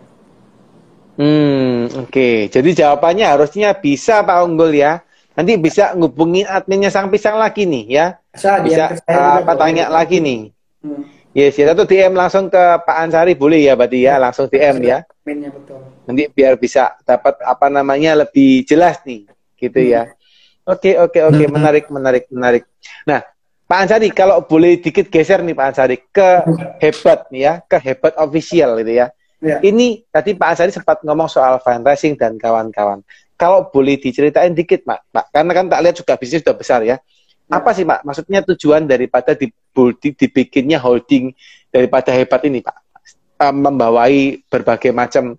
Oke. Jadi jawabannya harusnya bisa Pak Unggul ya. Nanti bisa ngubungin adminnya Sang Pisang lagi nih ya. Bisa tanya lagi nih. Yes, ya, atau DM langsung ke Pak Ansari boleh ya, berarti ya, langsung DM ya. Betul. Nanti biar bisa dapat lebih jelas nih, gitu ya. Oke, menarik. Nah, Pak Ansari, kalau boleh dikit geser nih Pak Ansari ke Hebat nih ya, ke Hebat official gitu ya. Ini tadi Pak Ansari sempat ngomong soal fundraising dan kawan-kawan. Kalau boleh diceritain dikit Pak, karena kan tak lihat juga bisnis sudah besar ya. Apa sih Pak, maksudnya tujuan daripada dibikinnya holding daripada Hebat ini Pak? Membawai berbagai macam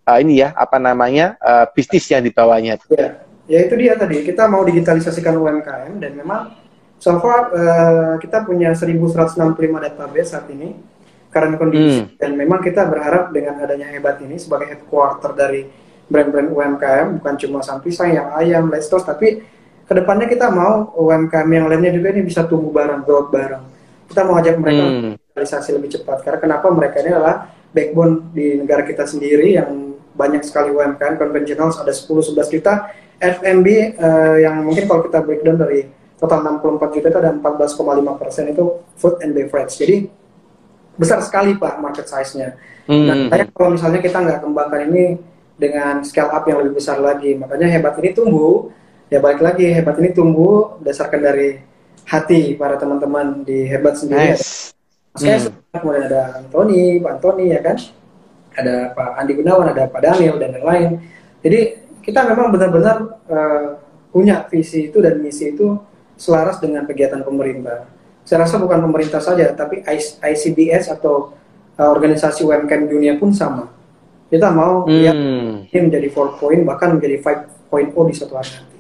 bisnis yang dibawanya. Ya itu dia tadi, kita mau digitalisasikan UMKM, dan memang so far kita punya 1165 database saat ini current kondisi, dan memang kita berharap dengan adanya Hebat ini sebagai headquarter dari brand-brand UMKM, bukan cuma Sang Pisang, yang ayam, Lestos, tapi kedepannya kita mau UMKM yang lainnya juga ini bisa tumbuh bareng, growth bareng. Kita mau ajak mereka digitalisasi lebih cepat, karena kenapa mereka ini adalah backbone di negara kita sendiri yang banyak sekali UMKM konvensional, ada 10-11 juta, FMB yang mungkin kalau kita breakdown dari total 64 juta itu ada 14,5% itu food and beverage. Jadi besar sekali Pak market size-nya. Nah, kalau misalnya kita nggak kembangkan ini dengan scale up yang lebih besar lagi, makanya Hebat ini tumbuh. Ya balik lagi, Hebat ini tumbuh berdasarkan dari hati para teman-teman di Hebat sendiri. Kemudian ada Pak Antoni ya kan, ada Pak Andi Gunawan, ada Pak Daniel dan yang lain. Jadi kita memang benar-benar punya visi itu dan misi itu selaras dengan kegiatan pemerintah. Saya rasa bukan pemerintah saja, tapi ICBS atau organisasi UMKM dunia pun sama. Kita mau ini menjadi 4.0 bahkan menjadi 5.0 di suatu hari nanti.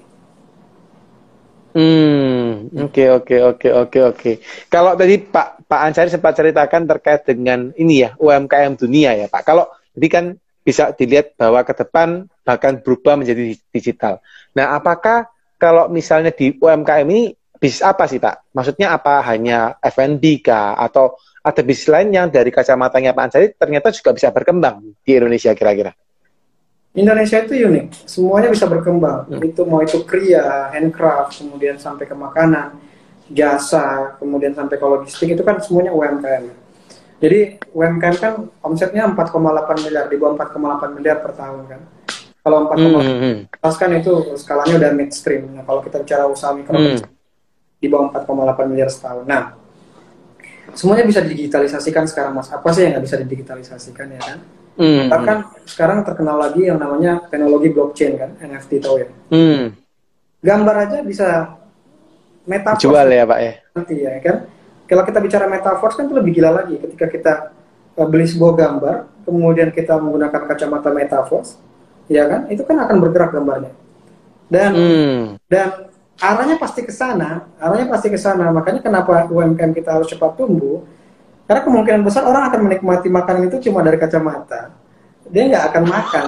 Oke. Kalau tadi Pak Ansari sempat ceritakan terkait dengan ini ya, UMKM dunia ya Pak. Kalau jadi kan bisa dilihat bahwa ke depan bahkan berubah menjadi digital. Nah, apakah kalau misalnya di UMKM ini bisnis apa sih Pak? Maksudnya apa, hanya F&B kah, atau ada bisnis lain yang dari kacamatanya Pak Ansari ternyata juga bisa berkembang di Indonesia kira-kira? Indonesia itu unik, semuanya bisa berkembang. Itu mau itu kria, handcraft, kemudian sampai ke makanan, jasa, kemudian sampai ke logistik, itu kan semuanya UMKM. Jadi UMKM kan omsetnya 4,8 miliar, di bawah 4,8 miliar per tahun kan. Kalau 4,8 kan itu skalanya udah midstream. Nah, kalau kita bicara usaha mikro di bawah 4,8 miliar setahun. Nah, semuanya bisa digitalisasikan sekarang Mas. Apa sih yang nggak bisa didigitalisasikan ya kan? Bahkan sekarang terkenal lagi yang namanya teknologi blockchain kan, NFT tahu ya. Gambar aja bisa metaverse. Jual ya Pak ya. Nanti ya kan. Kalau kita bicara metaverse kan itu lebih gila lagi. Ketika kita beli sebuah gambar, kemudian kita menggunakan kacamata metaverse, ya kan, itu kan akan bergerak gambarnya. Dan arahnya pasti ke sana. Makanya kenapa UMKM kita harus cepat tumbuh? Karena kemungkinan besar orang akan menikmati makanan itu cuma dari kacamata. Dia nggak akan makan.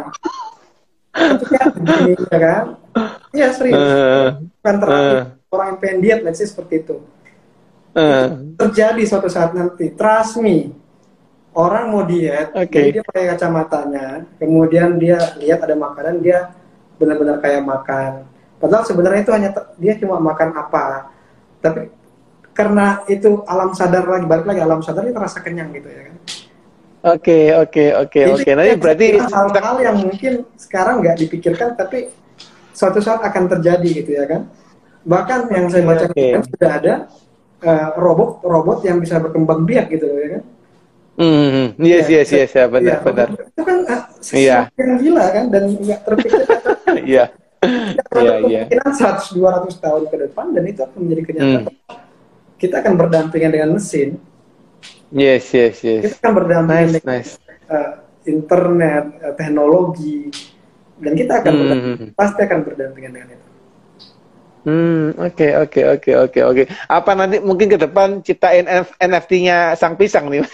Ya kan? Iya serius. Bukan orang yang pengen diet, let's say seperti itu. Terjadi suatu saat nanti. Trust me. Orang mau diet, jadi dia pakai kacamatanya. Kemudian dia lihat ada makanan, dia benar-benar kayak makan. Padahal sebenarnya itu hanya dia cuma makan apa. Tapi karena itu alam sadar lagi, balik lagi alam sadar, dia terasa kenyang gitu ya kan. Oke. Nanti berarti hal-hal yang mungkin sekarang nggak dipikirkan, tapi suatu saat akan terjadi gitu ya kan. Bahkan yang saya baca sudah ada robot yang bisa berkembang biak gitu ya kan. Yes, benar. Itu kan sesuatu yang gila kan, dan nggak terpikirkan. Iya. Kemungkinan 100-200 tahun ke depan, dan itu akan menjadi kenyataan. Kita akan berdampingan dengan mesin. Yes. Kita akan berdampingan dengan internet, teknologi, dan kita akan pasti akan berdampingan dengan itu. Oke. Apa nanti mungkin ke depan ciptain NFT-nya Sang Pisang nih?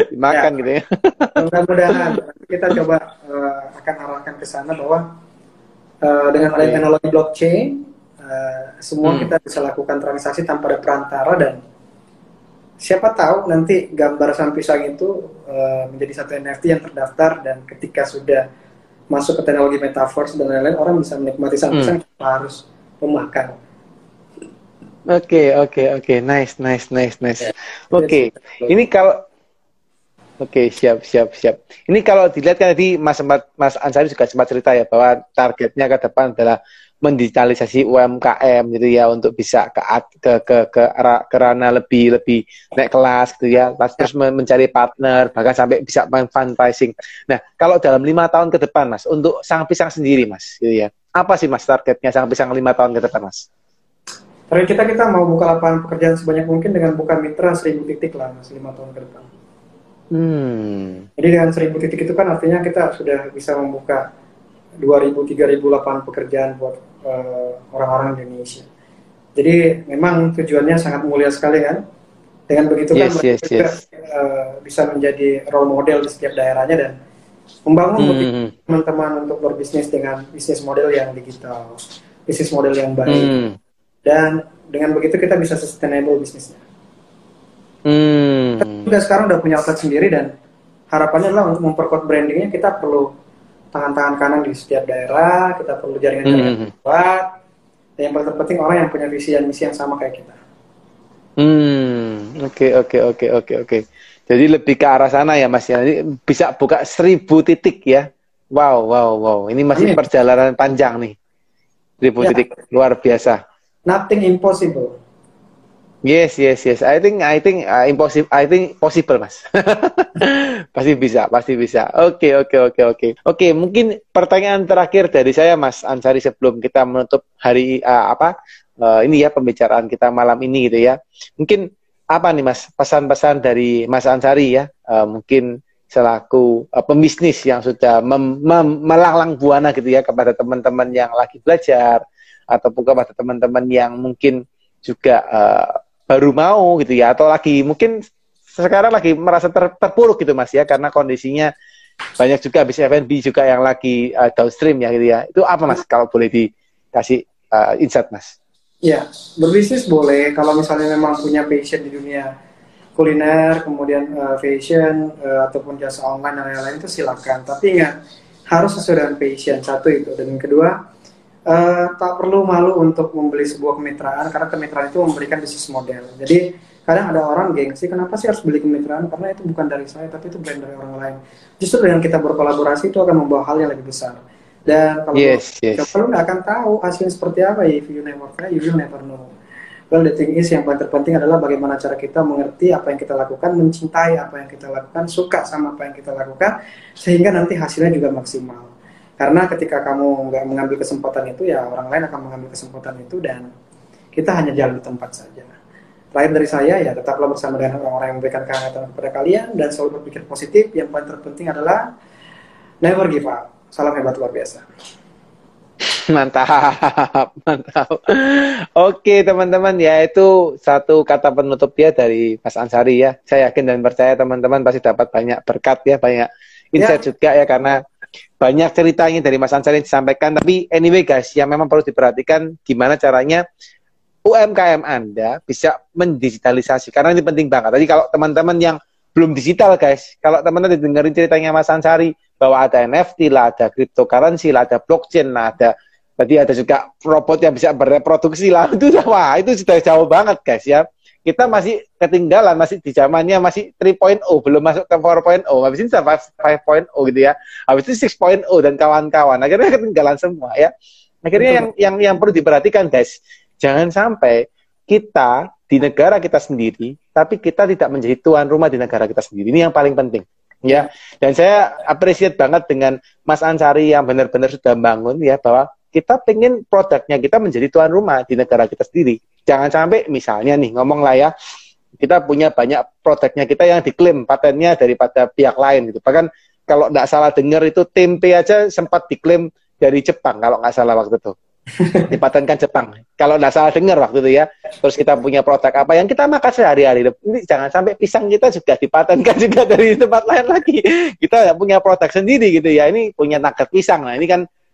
Dimakan gitu ya. Mudah-mudahan kita coba akan arahkan ke sana bahwa Dengan adanya teknologi blockchain, semua kita bisa lakukan transaksi tanpa ada perantara, dan siapa tahu nanti gambar samping pisang itu menjadi satu NFT yang terdaftar, dan ketika sudah masuk ke teknologi metaverse dan lain-lain, orang bisa menikmati samping pisang tanpa harus memakan. Oke, nice. Oke, ini kalau siap. Ini kalau dilihat kan tadi Mas Ansari juga sempat cerita ya bahwa targetnya ke depan adalah mendigitalisasi UMKM gitu ya, untuk bisa ke ranah lebih naik kelas gitu ya, terus mencari partner, bahkan sampai bisa main fundraising. Nah, kalau dalam 5 tahun ke depan Mas, untuk Sang Pisang sendiri Mas gitu ya, apa sih Mas targetnya Sang Pisang 5 tahun ke depan Mas? Target kita mau buka lapangan pekerjaan sebanyak mungkin dengan buka mitra 1000 titik lah Mas, 5 tahun ke depan. Jadi dengan 1000 titik itu kan artinya kita sudah bisa membuka 2.000-3.000 lapangan pekerjaan buat orang-orang Indonesia. Jadi memang tujuannya sangat mulia sekali kan. Dengan begitu kan mereka juga bisa menjadi role model di setiap daerahnya dan membangun teman-teman untuk berbisnis dengan bisnis model yang digital, bisnis model yang baik. Dan dengan begitu kita bisa sustainable bisnisnya. Kita juga sekarang udah punya outlet sendiri, dan harapannya adalah untuk memperkuat brandingnya kita perlu tangan-tangan kanan di setiap daerah, kita perlu jaringan-jaringan kuat, dan yang paling terpenting orang yang punya visi dan misi yang sama kayak kita. Oke. Jadi lebih ke arah sana ya Mas ya. Jadi bisa buka 1000 titik ya. Wow. Ini masih perjalanan panjang nih. 1000 titik luar biasa. Nothing impossible. Yes. I think impossible. I think possible, Mas. Pasti bisa. Oke, mungkin pertanyaan terakhir dari saya, Mas Ansari, sebelum kita menutup hari ini ya pembicaraan kita malam ini gitu ya. Mungkin apa nih Mas pesan-pesan dari Mas Ansari ya? Mungkin selaku pembisnis yang sudah melanglang buana gitu ya kepada teman-teman yang lagi belajar, ataupun kepada teman-teman yang mungkin juga baru mau gitu ya, atau lagi mungkin sekarang lagi merasa terpuruk gitu Mas ya, karena kondisinya banyak juga habis F&B juga yang lagi downstream ya gitu ya. Itu apa Mas kalau boleh dikasih insight Mas? Ya, berbisnis boleh kalau misalnya memang punya passion di dunia kuliner, kemudian fashion ataupun jasa online dan lain-lain, itu silakan. Tapi ingat, harus sesuai dengan passion, satu itu. Dan yang kedua, tak perlu malu untuk membeli sebuah kemitraan, karena kemitraan itu memberikan bisnis model. Jadi kadang ada orang gengsi, kenapa sih harus beli kemitraan? Karena itu bukan dari saya, tapi itu brand dari orang lain. Justru dengan kita berkolaborasi itu akan membawa hal yang lebih besar. Dan kalau lu nggak akan tahu hasilnya seperti apa. If you never try, you will never know. Well, the thing is, yang paling terpenting adalah bagaimana cara kita mengerti apa yang kita lakukan, mencintai apa yang kita lakukan, suka sama apa yang kita lakukan, sehingga nanti hasilnya juga maksimal. Karena ketika kamu nggak mengambil kesempatan itu, ya orang lain akan mengambil kesempatan itu, dan kita hanya jalan di tempat saja. Terakhir dari saya, ya tetaplah bersama dengan orang-orang yang memberikan kehangatan kepada kalian, dan selalu berpikir positif. Yang paling terpenting adalah never give up. Salam hebat luar biasa. Mantap. Oke teman-teman, ya itu satu kata penutup ya dari Mas Ansari ya. Saya yakin dan percaya teman-teman pasti dapat banyak berkat ya, banyak insight juga ya, karena banyak ceritanya dari Mas Ansari yang disampaikan. Tapi anyway guys, yang memang perlu diperhatikan gimana caranya UMKM Anda bisa mendigitalisasi, karena ini penting banget. Tadi kalau teman-teman yang belum digital guys, kalau teman-teman dengerin ceritanya Mas Ansari bahwa ada NFT lah, ada cryptocurrency lah, ada blockchain lah, tadi ada juga robot yang bisa bereproduksi lah, itu sudah jauh banget guys ya. Kita masih ketinggalan, masih di zamannya masih 3.0, belum masuk ke 4.0, habis ini 5.0 gitu ya, habis itu 6.0 dan kawan-kawan, akhirnya ketinggalan semua ya. Akhirnya yang perlu diperhatikan guys, jangan sampai kita di negara kita sendiri, tapi kita tidak menjadi tuan rumah di negara kita sendiri. Ini yang paling penting ya. Dan saya appreciate banget dengan Mas Ansari yang benar-benar sudah bangun ya, bahwa kita pengen produknya kita menjadi tuan rumah di negara kita sendiri. Jangan sampai misalnya nih ngomong lah ya, kita punya banyak produknya kita yang diklaim patennya daripada pihak lain gitu. Bahkan kalau nggak salah dengar itu tempe aja sempat diklaim dari Jepang kalau nggak salah waktu itu. Dipatenkan Jepang kalau nggak salah dengar waktu itu ya. Terus kita punya produk apa yang kita makan sehari-hari, ini jangan sampai pisang kita juga dipatenkan juga dari tempat lain lagi. Kita punya produk sendiri gitu ya, ini punya nugget pisang. Nah ini kan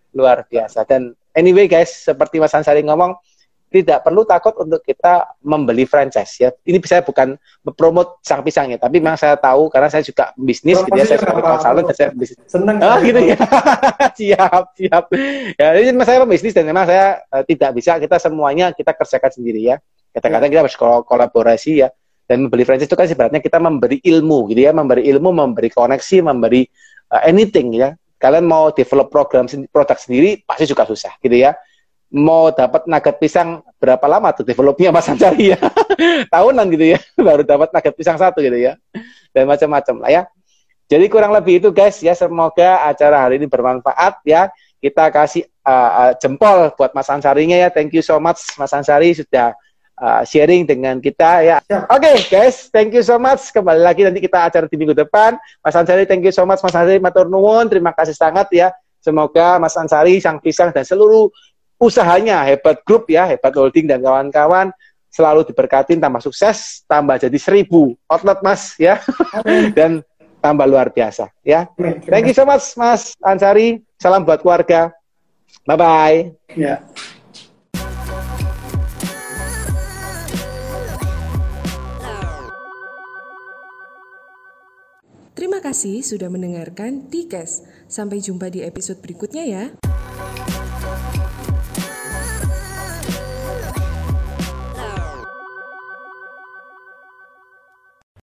luar biasa. Dan anyway guys, seperti Mas Ansari ngomong, tidak perlu takut untuk kita membeli franchise ya. Ini saya bukan mempromote Sang Pisang ya, tapi memang saya tahu karena saya juga bisnis gitu ya, saya sebagai konsultan dan saya bisnis. Seneng gitu ya. siap. Ya, ini saya pembisnis dan memang saya tidak bisa kita semuanya kita kerjakan sendiri ya. Kadang-kadang kita harus kolaborasi ya. Dan membeli franchise itu kan sebenarnya kita memberi ilmu gitu ya, memberi ilmu, memberi koneksi, memberi anything ya. Kalian mau develop produk sendiri pasti juga susah gitu ya. Mau dapat nugget pisang berapa lama tuh developnya Mas Ansari ya? Tahunan gitu ya, baru dapat nugget pisang satu gitu ya. Dan macam-macam lah ya. Jadi kurang lebih itu guys ya, semoga acara hari ini bermanfaat ya. Kita kasih jempol buat Mas Ansarinya ya. Thank you so much Mas Ansari sudah sharing dengan kita ya. Oke, guys, thank you so much. Kembali lagi nanti kita acara di minggu depan. Mas Ansari, thank you so much. Mas Ansari, matur nuwun, terima kasih sangat ya. Semoga Mas Ansari, Sang Pisang dan seluruh usahanya Hebat Group ya, Hebat Holding dan kawan-kawan selalu diberkatin, tambah sukses, tambah jadi 1000 outlet Mas ya. Dan tambah luar biasa ya. Thank you so much Mas Ansari. Salam buat keluarga. Bye bye. Ya. Terima kasih sudah mendengarkan Tikes. Sampai jumpa di episode berikutnya ya.